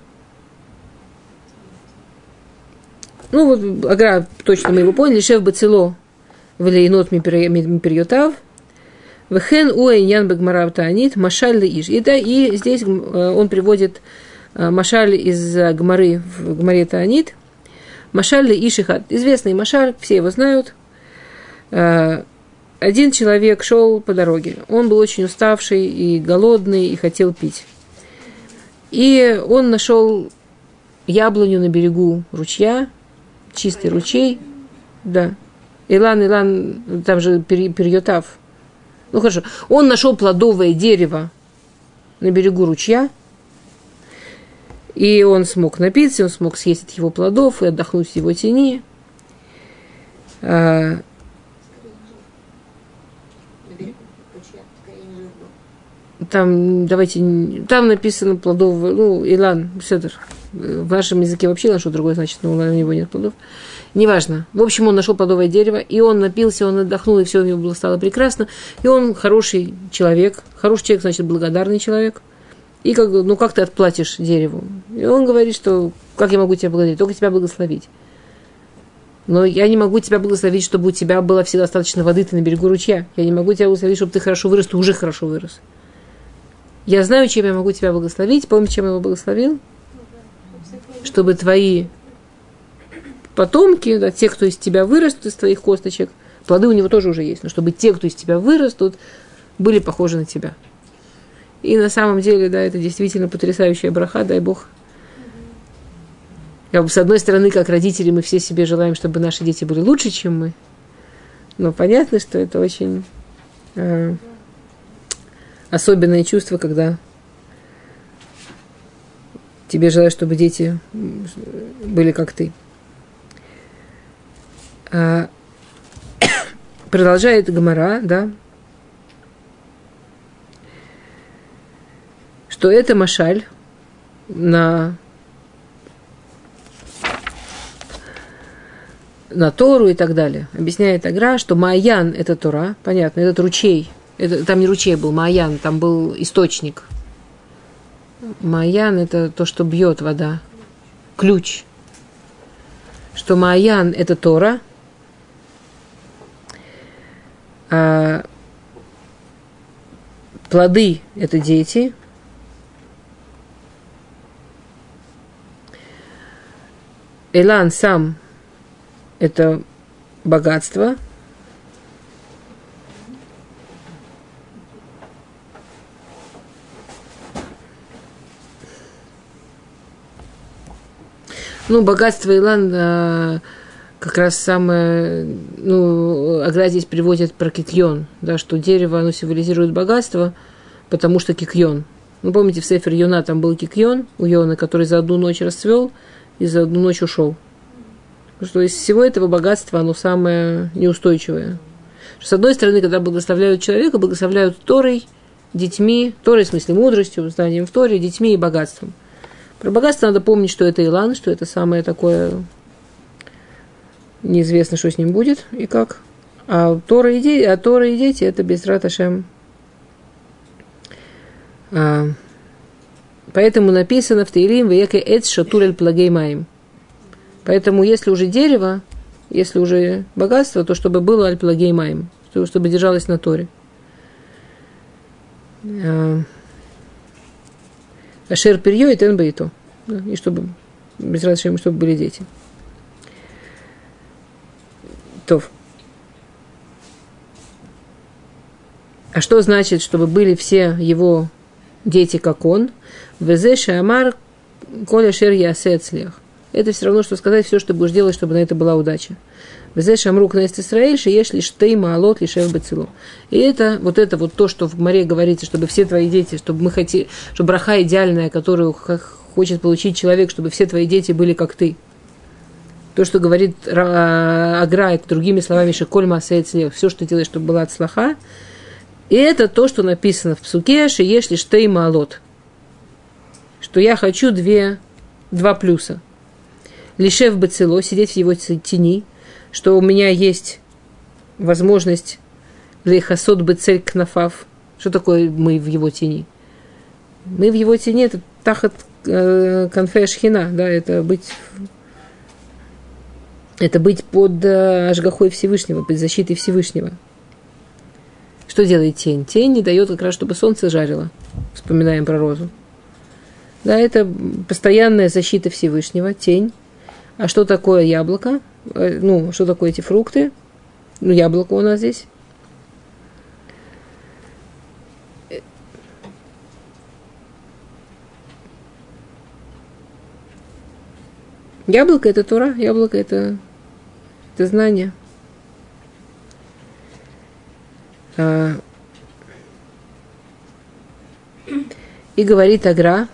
ну, вот, Агра, точно мы его поняли, шеф бецело, влейнот миперьотав, вехен уэйнян бегмарав таанит, машаль леиш. И, да, и здесь он приводит машаль из Гмары в Гмаре Таанит. Машаль леиш ихат. Известный машаль, все его знают. Один человек шел по дороге. Он был очень уставший и голодный, и хотел пить. И он нашел яблоню на берегу ручья, чистый ручей, да. Илан, Илан, там же перьотав. Ну хорошо. Он нашел плодовое дерево на берегу ручья, и он смог напиться, он смог съесть от его плодов и отдохнуть в его тени. А... Там, давайте, там написано плодовое, ну, Илан, Седор. В нашем языке вообще Илан, что другое значит, но у него нет плодов. Неважно. В общем, он нашел плодовое дерево, и он напился, он отдохнул, и все у него было, стало прекрасно. И он хороший человек. Хороший человек, значит, благодарный человек. И как, ну, как ты отплатишь дереву? И он говорит, что как я могу тебя благодарить? Только тебя благословить. Но я не могу тебя благословить, чтобы у тебя было всегда достаточно воды, ты на берегу ручья. Я не могу тебя благословить, чтобы ты хорошо вырос, ты уже хорошо вырос. Я знаю, чем я могу тебя благословить. Помните, чем я его благословил? Чтобы твои потомки, да, те, кто из тебя вырастут, из твоих косточек, плоды у него тоже уже есть, но чтобы те, кто из тебя вырастут, были похожи на тебя. И на самом деле, да, это действительно потрясающая браха, дай Бог. Как бы, с одной стороны, как родители, мы все себе желаем, чтобы наши дети были лучше, чем мы. Но понятно, что это очень э, особенное чувство, когда тебе желают, чтобы дети были как ты. А, продолжает Гемара, да, что это машаль на на Тору и так далее. Объясняет Агра, что Мааян – это Тора, понятно, этот ручей, это, там не ручей был, Мааян, там был источник. Мааян – это то, что бьет вода, ключ. Что Мааян – это Тора, а плоды – это дети, Элан сам – это богатство. Ну, богатство Илан а, как раз самое, ну, Агра здесь приводит про кикьон, да, что дерево, оно символизирует богатство, потому что кикьон. Ну, помните, в Сефер Йона там был кикьон у Йона, который за одну ночь расцвел и за одну ночь ушел. Что из всего этого богатства оно самое неустойчивое. С одной стороны, когда благословляют человека, благословляют Торой, детьми, Торой в смысле мудростью, знанием в Торе, детьми и богатством. Про богатство надо помнить, что это Илан, что это самое такое, неизвестно, что с ним будет и как. А Тора и дети, а Тора и дети это Безрат Ашем. А, поэтому написано в Теилим «Веяке эц шатуль эль плагей маим». Поэтому, если уже дерево, если уже богатство, то чтобы было аль-плагей маим, чтобы держалось на Торе. Ашер перьё и тен бейто. И чтобы, без разрешения, чтобы были дети. Тов. А что значит, чтобы были все его дети, как он? Везе шамар коля шер ясе ацлех. Это все равно, что сказать все, что ты будешь делать, чтобы на это была удача. Везе шамру кнест Исраэль, шееш лишь тей маалот лишев бецилу. И это вот это вот то, что в Гмаре говорится, чтобы все твои дети, чтобы мы хотели, чтобы браха идеальная, которую хочет получить человек, чтобы все твои дети были как ты. То, что говорит Агра, это другими словами, шеколь маасеет слех, все, что ты делаешь, чтобы была ацлаха. И это то, что написано в псуке, шееш лишь тей маалот. Что я хочу две, два плюса. Лишев бацило, сидеть в его тени, что у меня есть возможность лейхасот бецель кнафав. Что такое мы в его тени? Мы в его тени, это тахат э, конфе шхина, да, это быть, это быть под э, ашгахой Всевышнего, под защитой Всевышнего. Что делает тень? Тень не дает как раз, чтобы солнце жарило. Вспоминаем про розу. Да, это постоянная защита Всевышнего, тень. А что такое яблоко? Ну, что такое эти фрукты? Ну, яблоко у нас здесь. Яблоко – это Тора, яблоко – это, это знание. А, и говорит Агра,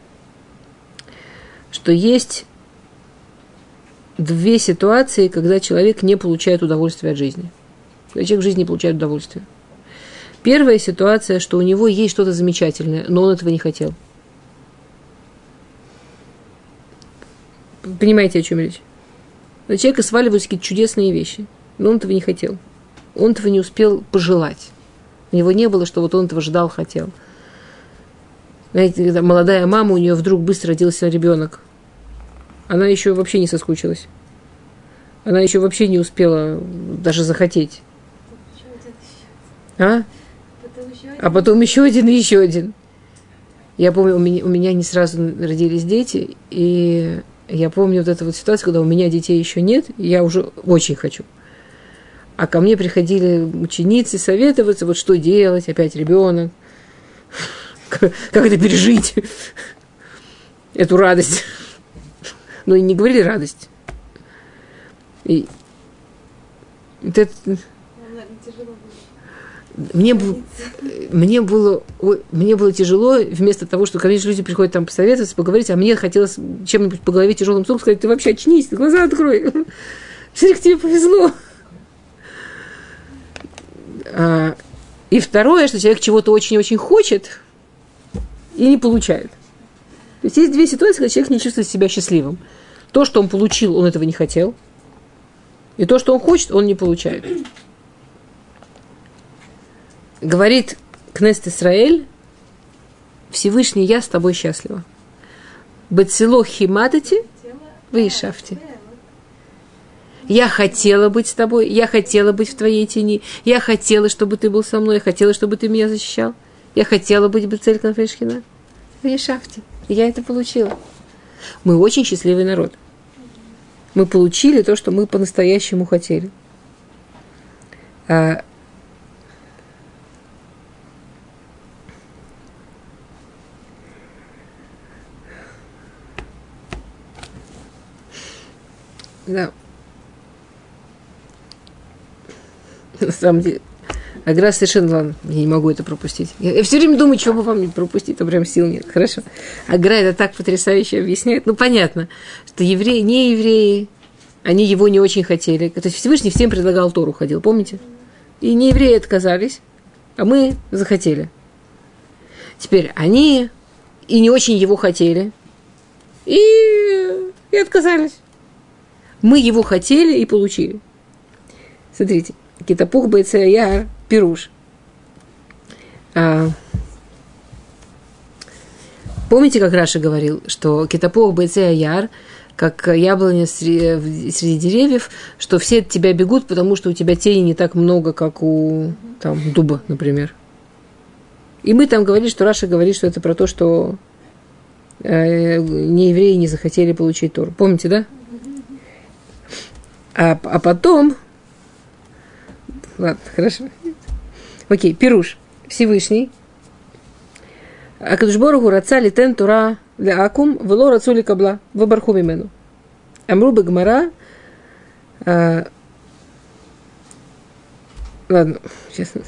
что есть две ситуации, когда человек не получает удовольствия от жизни. Когда человек в жизни не получает удовольствия. Первая ситуация, что у него есть что-то замечательное, но он этого не хотел. Понимаете, о чем речь? На человека сваливаются какие-то чудесные вещи, но он этого не хотел. Он этого не успел пожелать. У него не было, что вот он этого ждал, хотел. Знаете, когда молодая мама, у нее вдруг быстро родился ребенок. Она еще вообще не соскучилась. Она еще вообще не успела даже захотеть. А? А потом еще один и еще один. Я помню, у меня, у меня не сразу родились дети, и я помню вот эту вот ситуацию, когда у меня детей еще нет, и я уже очень хочу. А ко мне приходили ученицы советоваться, вот что делать, опять ребенок, как это пережить, эту радость. Ну, и не говорили радость. И это... Мне, был, мне, было, мне было тяжело, вместо того, что, конечно, люди приходят там посоветоваться, поговорить, а мне хотелось чем-нибудь по голове тяжелым стуком сказать: ты вообще очнись, ты глаза открой. Смотри, как тебе повезло. А, и второе, что человек чего-то очень-очень хочет и не получает. То есть есть две ситуации, когда человек не чувствует себя счастливым. То, что он получил, он этого не хотел. И то, что он хочет, он не получает. Говорит Кнессет Исраэль: Всевышний, я с тобой счастлива. Бецело химадати вейшафти. Я хотела быть с тобой, я хотела быть в твоей тени, я хотела, чтобы ты был со мной, я хотела, чтобы ты меня защищал, я хотела быть бецель конфешкина вейшафти. И я это получила. Мы очень счастливый народ. Мы получили то, что мы по-настоящему хотели. А да. На самом деле, Агра совершенно, ладно, я не могу это пропустить. Я, я все время думаю, чего бы вам не пропустить, а прям сил нет. Хорошо. Агра это так потрясающе объясняет. Ну, понятно, что евреи, не евреи, они его не очень хотели. То есть Всевышний всем предлагал Тору, ходил, помните? И не евреи отказались, а мы захотели. Теперь они и не очень его хотели, и, и отказались. Мы его хотели и получили. Смотрите. Китапух бейцея яр пируш. А, помните, как Раша говорил, что китапух бейцея яр, как яблоня среди, среди деревьев, что все от тебя бегут, потому что у тебя тени не так много, как у там, дуба, например. И мы там говорили, что Раша говорит, что это про то, что э, неевреи не захотели получить Тору. Помните, да? А, а потом... Ладно, хорошо. Окей, пируш. Всевышний. Акадуш Боругу раца литен Тора для Акум, вело рацу ли кабла, вабарху мимену. Амру бегмара. А, ладно, честно.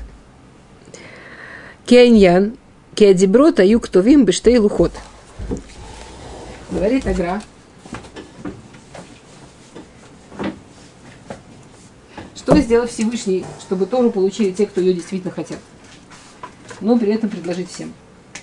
Кианьян, киадиброта юктовим бештей лухот. Говорит Агра. Что сделал Всевышний, чтобы Тору получили те, кто ее действительно хотят? Но при этом предложить всем.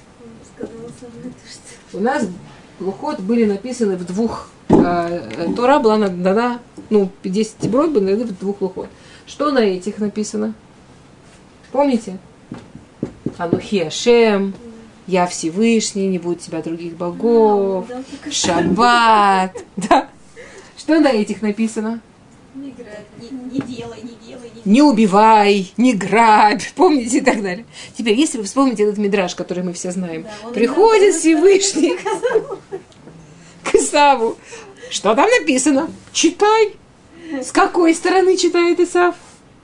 У нас лухот были написаны в двух... Э, Тора была дана, ну, десять брод были даны в двух лухот. Что на этих написано? Помните? Анухи Ашем, я Всевышний, не будет тебя других богов, Шаббат. Да. Что на этих написано? Не грабь, не, не делай, не делай, не, не убивай, не грабь, помните и так далее. Теперь, если вы вспомните этот мидраш, который мы все знаем, да, приходит Всевышний к Исаву. Что там написано? Читай. С какой стороны читает Исав?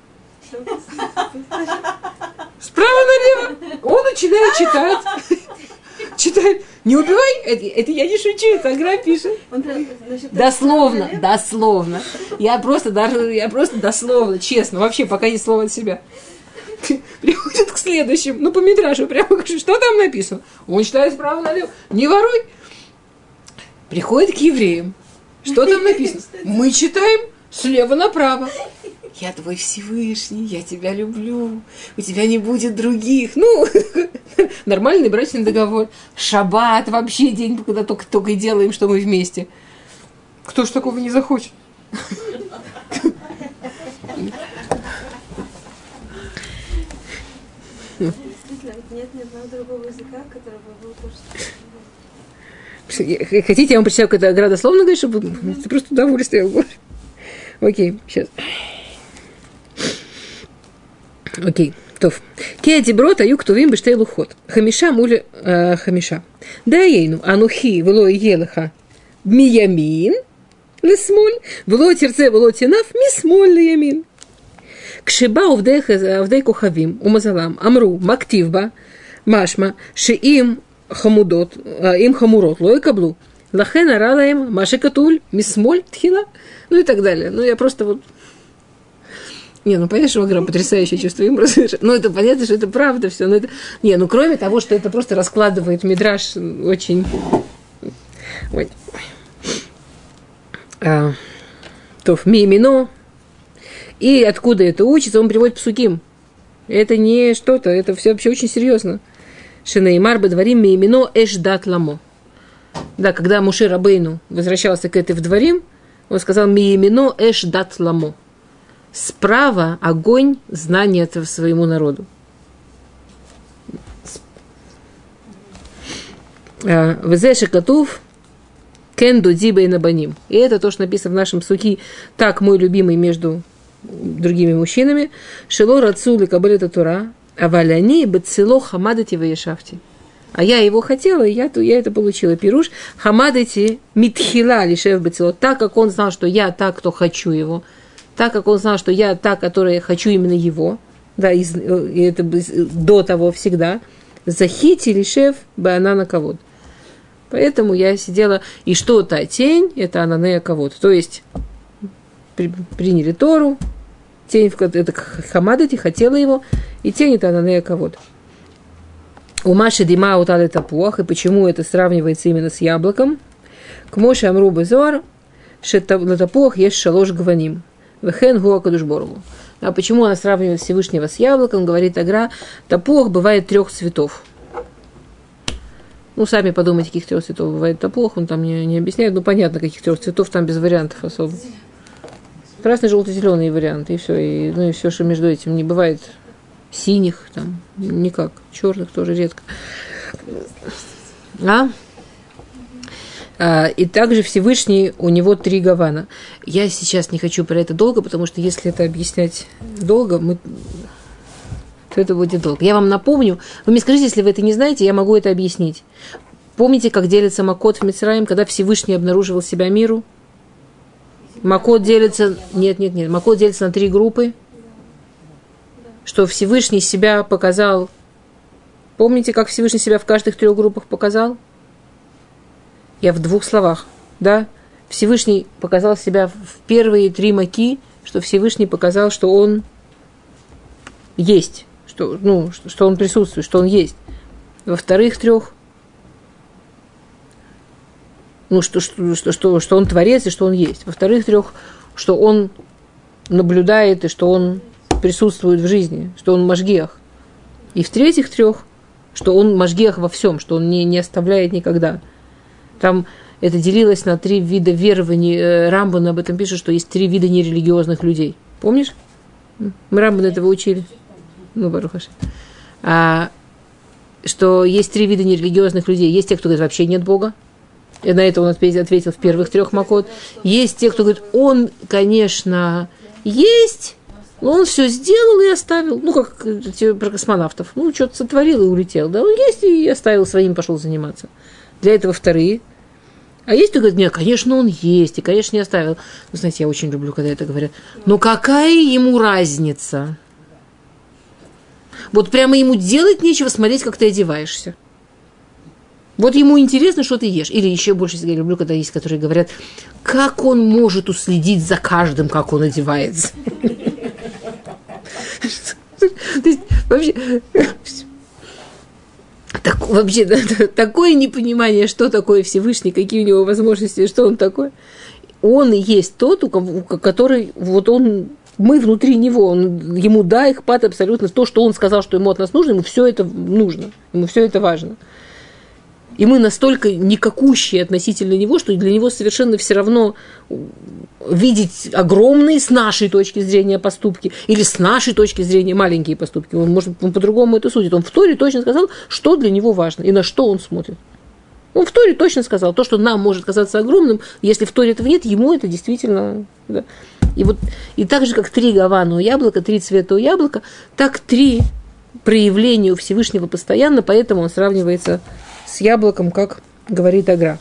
Справа налево. Он начинает читать. Читает. Не убивай. Это, это я не шучу, это Агра пишет. Он, значит, дословно, дословно. Я просто, даже, я просто дословно, честно, вообще пока ни слова от себя. Приходит к следующему. Ну, по мидрашу прямо говорит, что там написано? Он читает справа налево. Не воруй. Приходит к евреям. Что там написано? Мы читаем слева направо. Я твой Всевышний, я тебя люблю, у тебя не будет других. Ну, нормальный брачный договор. Шаббат вообще день, когда только, только и делаем, что мы вместе. Кто ж такого не захочет? Действительно, ведь нет ни одного другого языка, который бы был то, что... Хотите, я вам прочитаю какое-то градословно, говорить, чтобы mm-hmm. это просто удовольствие. Окей, сейчас. Окей, тоф. Кея диброт аю ктувим бештей лухот. Хамиша муле хамиша. Да ейну анухи вело елеха миямин лесмоль, вело терце вело тинаф мисмоль лиямин. Кшиба увдей кухавим умазалам амру мактивба машма шеим хамудот им хамурот лой каблу лахен арадаем маши катуль мисмоль тхила, ну и так далее. Ну я просто вот не, ну понятно, что Агра потрясающее чувство юмора. Ну это понятно, что это правда все. Но это... Не, ну кроме того, что это просто раскладывает мидраш очень... Ой. А, то мимино. И откуда это учится, он приводит псуким. Это не что-то, это все вообще очень серьезно. Шинеймар бедварим мимино эшдат ламо. Да, когда Моше Рабейну возвращался к этой в дворим, он сказал мимино эшдат ламо. Справа огонь знания своему народу. Везеши катув кенду диба и набаним. И это то, что написано в нашем суки, так мой любимый между другими мужчинами. Шело рацули кабалета тура, а валяни бецело хамадати ваешафти. А я его хотела, и я, я это получила. Пируш хамадати митхила лишев бецело. Так как он знал, что я так, кто хочу его. Так как он знал, что я та, которая хочу именно его, да, из, и это до того всегда, захити лишев банана ковод. Поэтому я сидела, и что та тень, это ананея ковод. То есть при, приняли Тору, тень, это хамадати, хотела его, и тень это ананея ковод. У Маши дима утали тапуах, и почему это сравнивается именно с яблоком? К Моше амру безор, что на тапуах есть шалош гваним. Вехен гуа кадушборгу. А почему она сравнивает Всевышнего с яблоком? Говорит Агра, тапуах бывает трех цветов. Ну, сами подумайте, каких трех цветов бывает тапуах, он там не, не объясняет. Ну, понятно, каких трех цветов, там без вариантов особо. Красный, желтый, зеленый вариант, и все. И, ну, и все, что между этим не бывает синих, там, никак. Черных тоже редко. А? И также Всевышний, у него три гавана. Я сейчас не хочу про это долго, потому что если это объяснять долго, мы... то это будет долго. Я вам напомню, вы мне скажите, если вы это не знаете, я могу это объяснить. Помните, как делится Макот в Мицраим, когда Всевышний обнаруживал себя миру? Макот делится... Нет, нет, нет. Макот делится на три группы. Что Всевышний себя показал... Помните, как Всевышний себя в каждых трех группах показал? Я в двух словах, да? Всевышний показал себя в первые три маки, что Всевышний показал, что он есть, что, ну, что он присутствует, что он есть. Во вторых трех, ну, что, что, что, что, что он творец и что он есть. Во вторых трех, что он наблюдает и что он присутствует в жизни, что он машгиах. И в третьих трех, что он машгиах во всем, что он не, не оставляет никогда. Там это делилось на три вида верований. Рамбан об этом пишет, что есть три вида нерелигиозных людей. Помнишь? Мы Рамбан этого учили. Ну, Барухаши. А, что есть три вида нерелигиозных людей. Есть те, кто говорит, вообще нет Бога. И на это он ответил в первых трех макот. Есть те, кто говорит, он, конечно, есть, но он все сделал и оставил. Ну, как про космонавтов. Ну, что-то сотворил и улетел. Да, он есть и оставил своим, пошел заниматься. Для этого вторые. А есть кто говорит, нет, конечно, он есть, и, конечно, не оставил. Вы знаете, я очень люблю, когда это говорят. Но какая ему разница? Вот прямо ему делать нечего, смотреть, как ты одеваешься. Вот ему интересно, что ты ешь. Или еще больше я люблю, когда есть, которые говорят, как он может уследить за каждым, как он одевается. То есть, вообще... Так, вообще, да, такое непонимание, что такое Всевышний, какие у него возможности, что он такой. Он и есть тот, у кого, который, вот он, мы внутри него, он, ему да, ихпат абсолютно, то, что он сказал, что ему от нас нужно, ему все это нужно, ему все это важно. И мы настолько никакущие относительно него, что для него совершенно все равно видеть огромные с нашей точки зрения поступки или с нашей точки зрения маленькие поступки. Он, может, он по-другому это судит. Он в Торе точно сказал, что для него важно и на что он смотрит. Он в Торе точно сказал, то, что нам может казаться огромным, если в Торе этого нет, ему это действительно... Да. И, вот, и так же, как три гавана у яблока, три цвета у яблока, так три проявления у Всевышнего постоянно, поэтому он сравнивается с яблоком, как говорит Агра.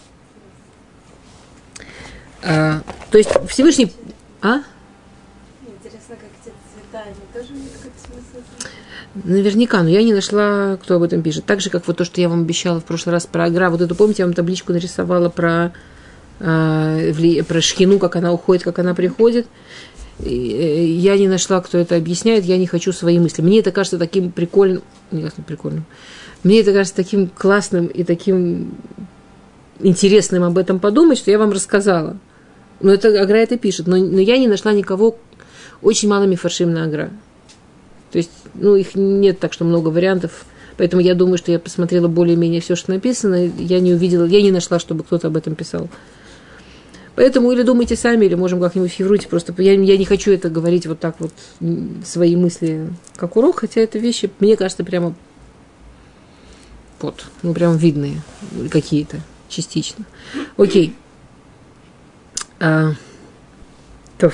А, то есть Всевышний... А? Интересно, как эти цвета, они тоже имеют какой-то смысл? Наверняка, но я не нашла, кто об этом пишет. Так же, как вот то, что я вам обещала в прошлый раз про Агра. Вот эту, помните, я вам табличку нарисовала про, э, про Шхину, как она уходит, как она приходит. И я не нашла, кто это объясняет, я не хочу свои мысли. Мне это кажется таким прикольным, не кажется прикольным, мне это кажется таким классным и таким интересным об этом подумать, что я вам рассказала. Но это Агра это пишет, но, но я не нашла никого, очень мало мифаршим на Агра. То есть, ну, их нет так, что много вариантов, поэтому я думаю, что я посмотрела более-менее все, что написано, я не увидела, я не нашла, чтобы кто-то об этом писал. Поэтому или думайте сами, или можем как-нибудь фигуруйте. Просто я, я не хочу это говорить вот так вот, свои мысли как урок, хотя это вещи, мне кажется, прямо вот, ну, прям видные какие-то, частично. Окей. А, то.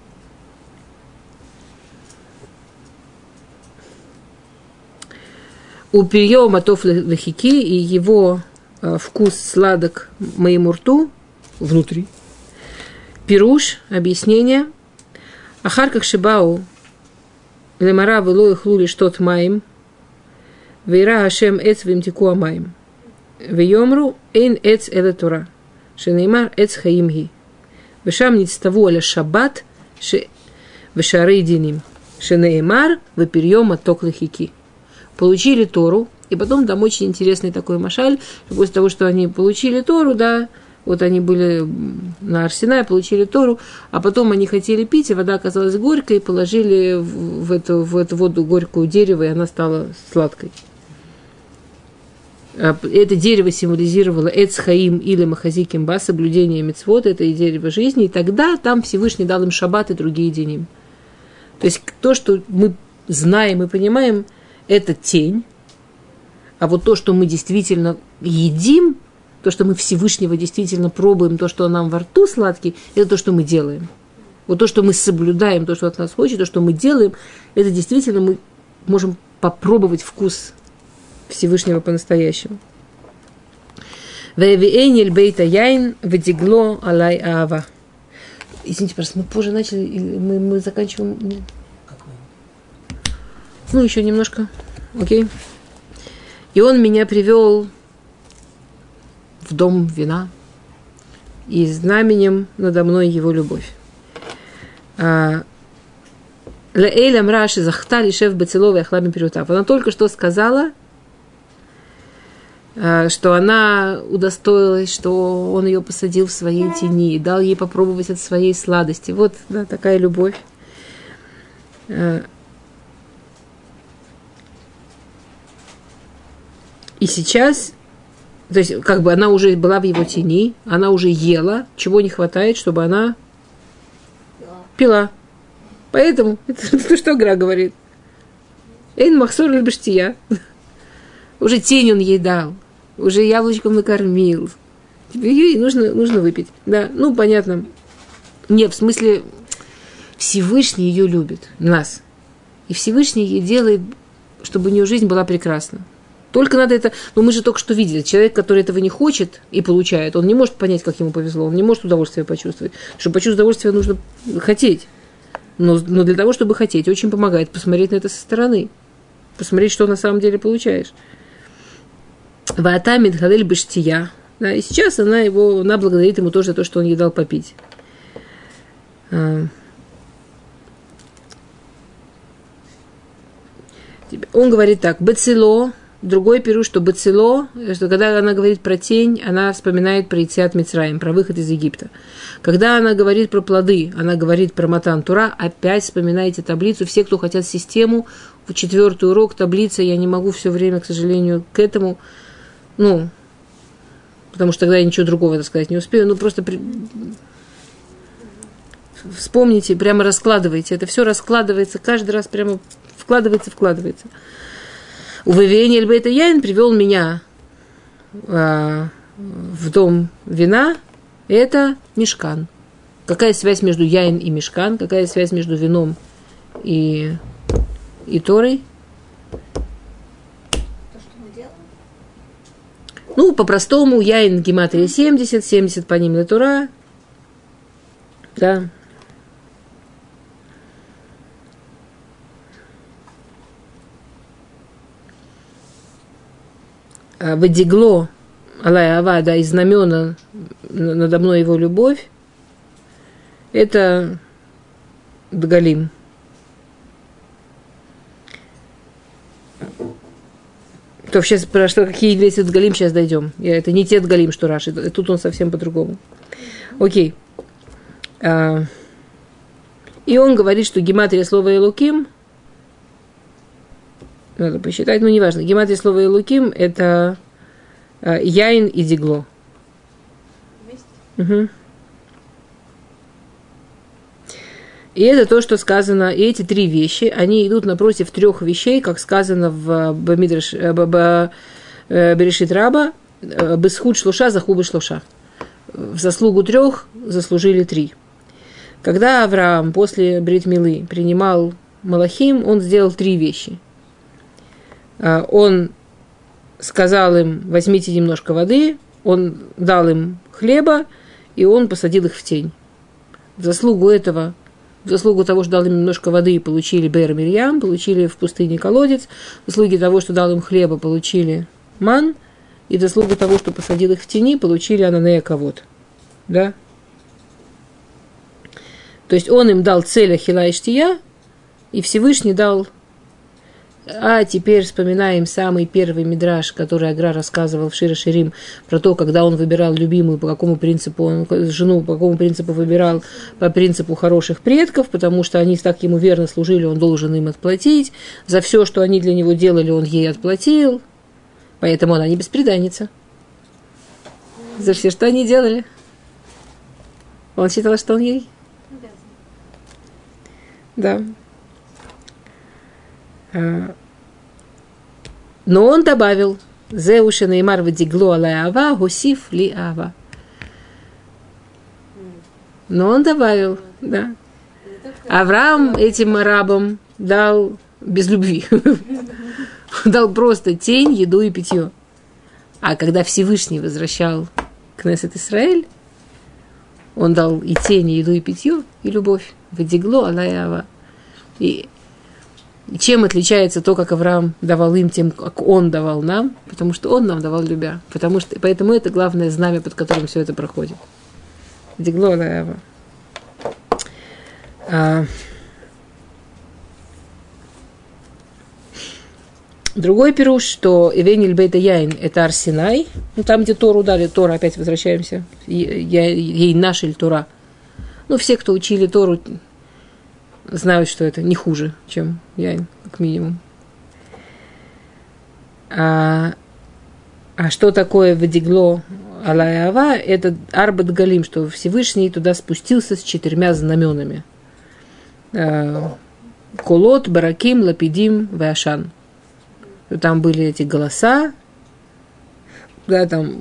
У перьё матов лахики, и его а, вкус сладок моему рту внутри. Пируш, объяснение. Ахар как шибау лемара вело ихлули штот маим вейра хашем эц вимтику амаим вейомру эйн эц эле тора шенеймар эц хаимги вешам ництаву аля шаббат вешарей диним шенеймар вепирьё маток лахики. Получили Тору, и потом там очень интересный такой машаль, что после того, что они получили Тору, да, вот они были на Ар-Синай, получили Тору, а потом они хотели пить, и вода оказалась горькой, и положили в эту, в эту воду горькую дерево, и она стала сладкой. Это дерево символизировало Эц Хаим или Махазиким Ба, соблюдение мицвот, это и дерево жизни, и тогда там Всевышний дал им шаббат и другие диним. То есть то, что мы знаем и понимаем, это тень, а вот то, что мы действительно едим, то, что мы Всевышнего действительно пробуем, то, что нам во рту сладкий, это то, что мы делаем. Вот то, что мы соблюдаем, то, что от нас хочет, то, что мы делаем, это действительно мы можем попробовать вкус Всевышнего по-настоящему. Извините, просто мы позже начали, мы, мы заканчиваем... Ну, еще немножко. Окей. И он меня привел в дом вина, и знаменем надо мной его любовь. Лаэль амраши захта лишев бацелова яхлами перютав. Она только что сказала, что она удостоилась, что он ее посадил в своей тени, дал ей попробовать от своей сладости. Вот, да, такая любовь. И сейчас, то есть, как бы она уже была в его тени, она уже ела, чего не хватает, чтобы она пила. пила. Поэтому, это что Гра говорит? Эйн махсор льбештия. Уже тень он ей дал, уже яблочком накормил. Теперь ей нужно, нужно выпить. Да, ну, понятно. Нет, в смысле, Всевышний ее любит, нас. И Всевышний ей делает, чтобы у нее жизнь была прекрасна. Только надо это... Ну, мы же только что видели. Человек, который этого не хочет и получает, он не может понять, как ему повезло. Он не может удовольствие почувствовать. Чтобы почувствовать удовольствие, нужно хотеть. Но, но для того, чтобы хотеть, очень помогает посмотреть на это со стороны. Посмотреть, что на самом деле получаешь. Ваата мидхалель бештия. Да, и сейчас она его... Она благодарит ему тоже за то, что он ей дал попить. Он говорит так. Бацило... Другой пируш, что бацило, что когда она говорит про тень, она вспоминает про Йециат Мицраим, про выход из Египта. Когда она говорит про плоды, она говорит про Матан Тура, опять вспоминайте таблицу. Все, кто хотят систему, в четвертый урок таблица, я не могу все время, к сожалению, к этому, ну, потому что тогда я ничего другого сказать не успею. Ну, просто при... вспомните, прямо раскладывайте. Это все раскладывается, каждый раз прямо вкладывается, вкладывается. Увывение Эльбейта Яин привел меня а, в дом вина. Это мишкан. Какая связь между Яин и мишкан? Какая связь между вином и, и Торой? Ну, по-простому, Яин гематрия семьдесят, семьдесят по ним Летура. Да. Вадигло, Алай Ава, да, и знамена надо мной его любовь. Это Дгалим. То сейчас про что, какие еврейцы Дгалим, сейчас дойдем. Я, это не те Дгалим, что Раши. Тут он совсем по-другому. Окей. А, и он говорит, что гематрия слова Элоким, надо посчитать, но неважно. Гематрия слова Элоким – это а, Яин и Дигло. Угу. И это то, что сказано, и эти три вещи, они идут напротив трех вещей, как сказано в Берешит Раба, Бесхуд шлуша, захубы шлуша. В заслугу трех заслужили три. Когда Авраам после Брит Милы принимал Малахим, он сделал три вещи. Он сказал им: возьмите немножко воды, он дал им хлеба, и он посадил их в тень. В заслугу этого В заслугу того, что дал им немножко воды, получили Бер Мирьям, получили в пустыне колодец. В заслугу того, что дал им хлеба, получили ман. И в заслугу того, что посадил их в тени, получили Ананея Кавод. Да? То есть он им дал цель Ахила и Штия, и Всевышний дал... А теперь вспоминаем самый первый мидраш, который Агра рассказывал в Шир Ширим, про то, когда он выбирал любимую, по какому принципу он жену, по какому принципу выбирал, по принципу хороших предков, потому что они так ему верно служили, он должен им отплатить. За все, что они для него делали, он ей отплатил. Поэтому она не бесприданница. За все, что они делали. Он считал, что он ей. Да. Но он добавил: «Зеуши неймар вадигло алай ава, гусиф ли ава». Но он добавил, да. Авраам этим арабам дал без любви. Дал просто тень, еду и питье. А когда Всевышний возвращал Кнессет Исраэль, он дал и тень, и еду, и питье, и любовь. Вадигло алай ава. И чем отличается то, как Авраам давал им, тем, как он давал нам? Потому что он нам давал любя. Потому что, поэтому это главное знамя, под которым все это проходит. Дигло алай ава. А... Другой пируш, что Эвениль Бейта Яин – это Арсинай. Ну, там, где Тору дали, Тора, опять возвращаемся. Ей нашель Тора. Ну, все, кто учили Тору, знают, что это не хуже, чем Яин, как минимум. А, а что такое Вадигло алай ава? Это Арбат Галим, что Всевышний туда спустился с четырьмя знаменами. Колот, Бараким, Лапидим, Веашан. Там были эти голоса, да, там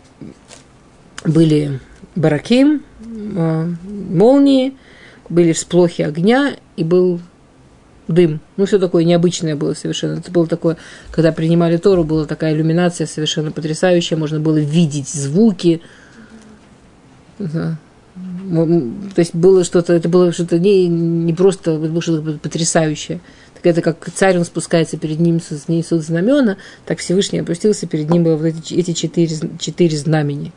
были бараким, молнии, были всплохи огня и был дым. Ну, все такое необычное было совершенно. Это было такое, когда принимали Тору, была такая иллюминация совершенно потрясающая, можно было видеть звуки. Да. То есть было что-то, это было что-то не, не просто, это было что-то потрясающее. Это как царь, он спускается, перед ним несут знамена, так Всевышний опустился, перед ним было вот эти, эти четыре, четыре знамени.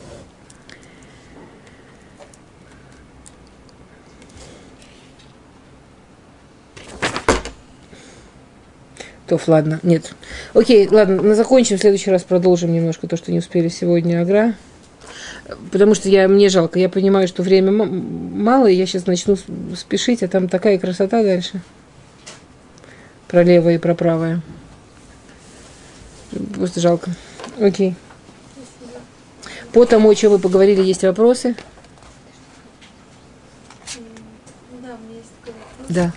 То, ладно, нет. Окей, ладно, мы закончим, в следующий раз продолжим немножко то, что не успели сегодня, Агра. Потому что я, мне жалко, я понимаю, что время мало, и я сейчас начну спешить, а там такая красота дальше. Про левое и про правое. Просто жалко. Окей. По тому, о чем мы поговорили, есть вопросы? М, Да, у меня есть такой вопрос. Да.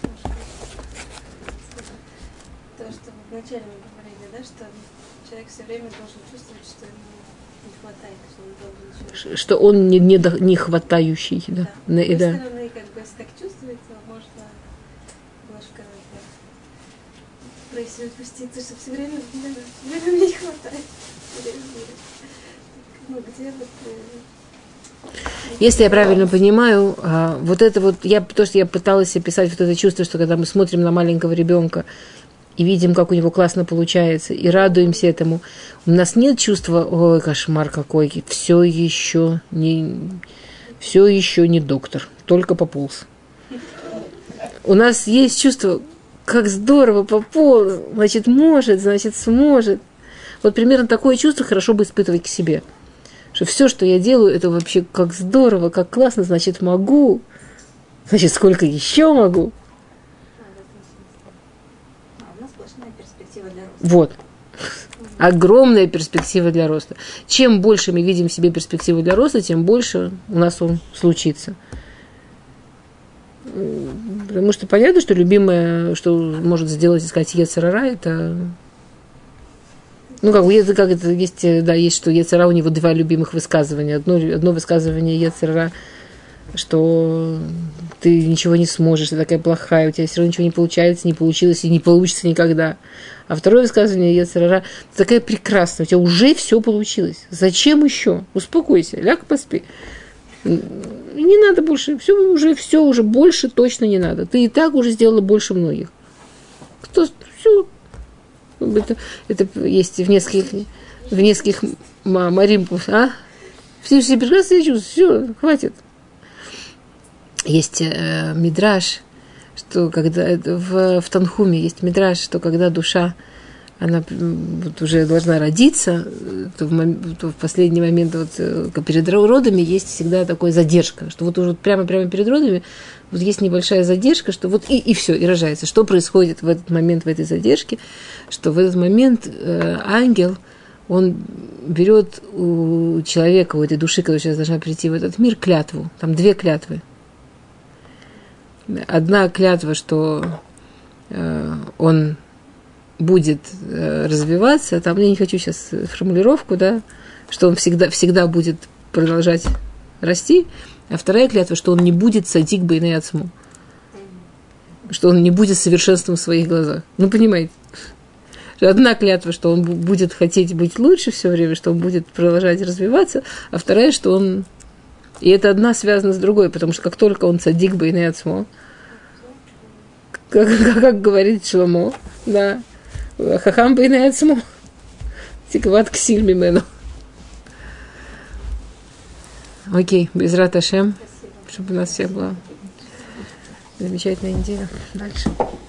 То, что вначале мы говорили, да, что человек все время должен чувствовать, что ему не хватает, что он должен еще... Ш- Что он не, не, до- не хватающий. Да. Да. На- С другой да. стороны, как бы, если так чувствует, то можно немножко так, происходит пуститься, что все время, все время мне не хватает. Ну, где вот... э, Если я правильно понимаю, а, вот это вот, я, то, что я пыталась описать, вот это чувство, что когда мы смотрим на маленького ребенка и видим, как у него классно получается, и радуемся этому, у нас нет чувства, ой, кошмар какой, все еще не, все еще не доктор, только пополз. У нас есть чувство, как здорово пополз, значит, может, значит, сможет. Вот примерно такое чувство хорошо бы испытывать к себе. Что все, что я делаю, это вообще как здорово, как классно, значит, могу. Значит, сколько еще могу. А, в этом смысле. А у нас сплошная перспектива для роста. Вот. Огромная перспектива для роста. Чем больше мы видим в себе перспективу для роста, тем больше у нас он случится. Потому что понятно, что любимое, что может сделать, искать йецер ара, это... Ну, как, бы, как это есть, да, есть, что йецер ара, у него два любимых высказывания. Одно, одно высказывание йецер ара, что ты ничего не сможешь, ты такая плохая, у тебя все равно ничего не получается, не получилось и не получится никогда. А второе высказывание йецер ара, ты такая прекрасная, у тебя уже все получилось. Зачем еще? Успокойся, ляг поспи. Не надо больше, все уже, все уже больше точно не надо. Ты и так уже сделала больше многих. Кто, все, это, это есть в нескольких, в нескольких марим, а? Все, все прекрасно чувствуют, все, хватит. Есть э, мидраш, что когда в, в Танхуме есть мидраш, что когда душа она вот уже должна родиться, то в, мом, то в последний момент вот, перед родами есть всегда такая задержка, что вот уже прямо-прямо перед родами вот есть небольшая задержка, что вот и, и все, и рожается. Что происходит в этот момент, в этой задержке? Что в этот момент э, ангел, он берет у человека, у этой души, которая сейчас должна прийти в этот мир, клятву. Там две клятвы. Одна клятва, что э, он будет э, развиваться, там я не хочу сейчас формулировку, да, что он всегда, всегда будет продолжать расти, а вторая клятва, что он не будет садик бейней ацмо, что он не будет совершенством в своих глазах. Ну, понимаете? Одна клятва, что он будет хотеть быть лучше все время, что он будет продолжать развиваться, а вторая, что он... И это одна связана с другой, потому что как только он садик бейней ацмо, как, как, как говорит Шломо, да, хахам бейней ацмо, тикват ксиль мимену. Окей, безрат Ашем, чтобы у нас всех была замечательная неделя. Дальше.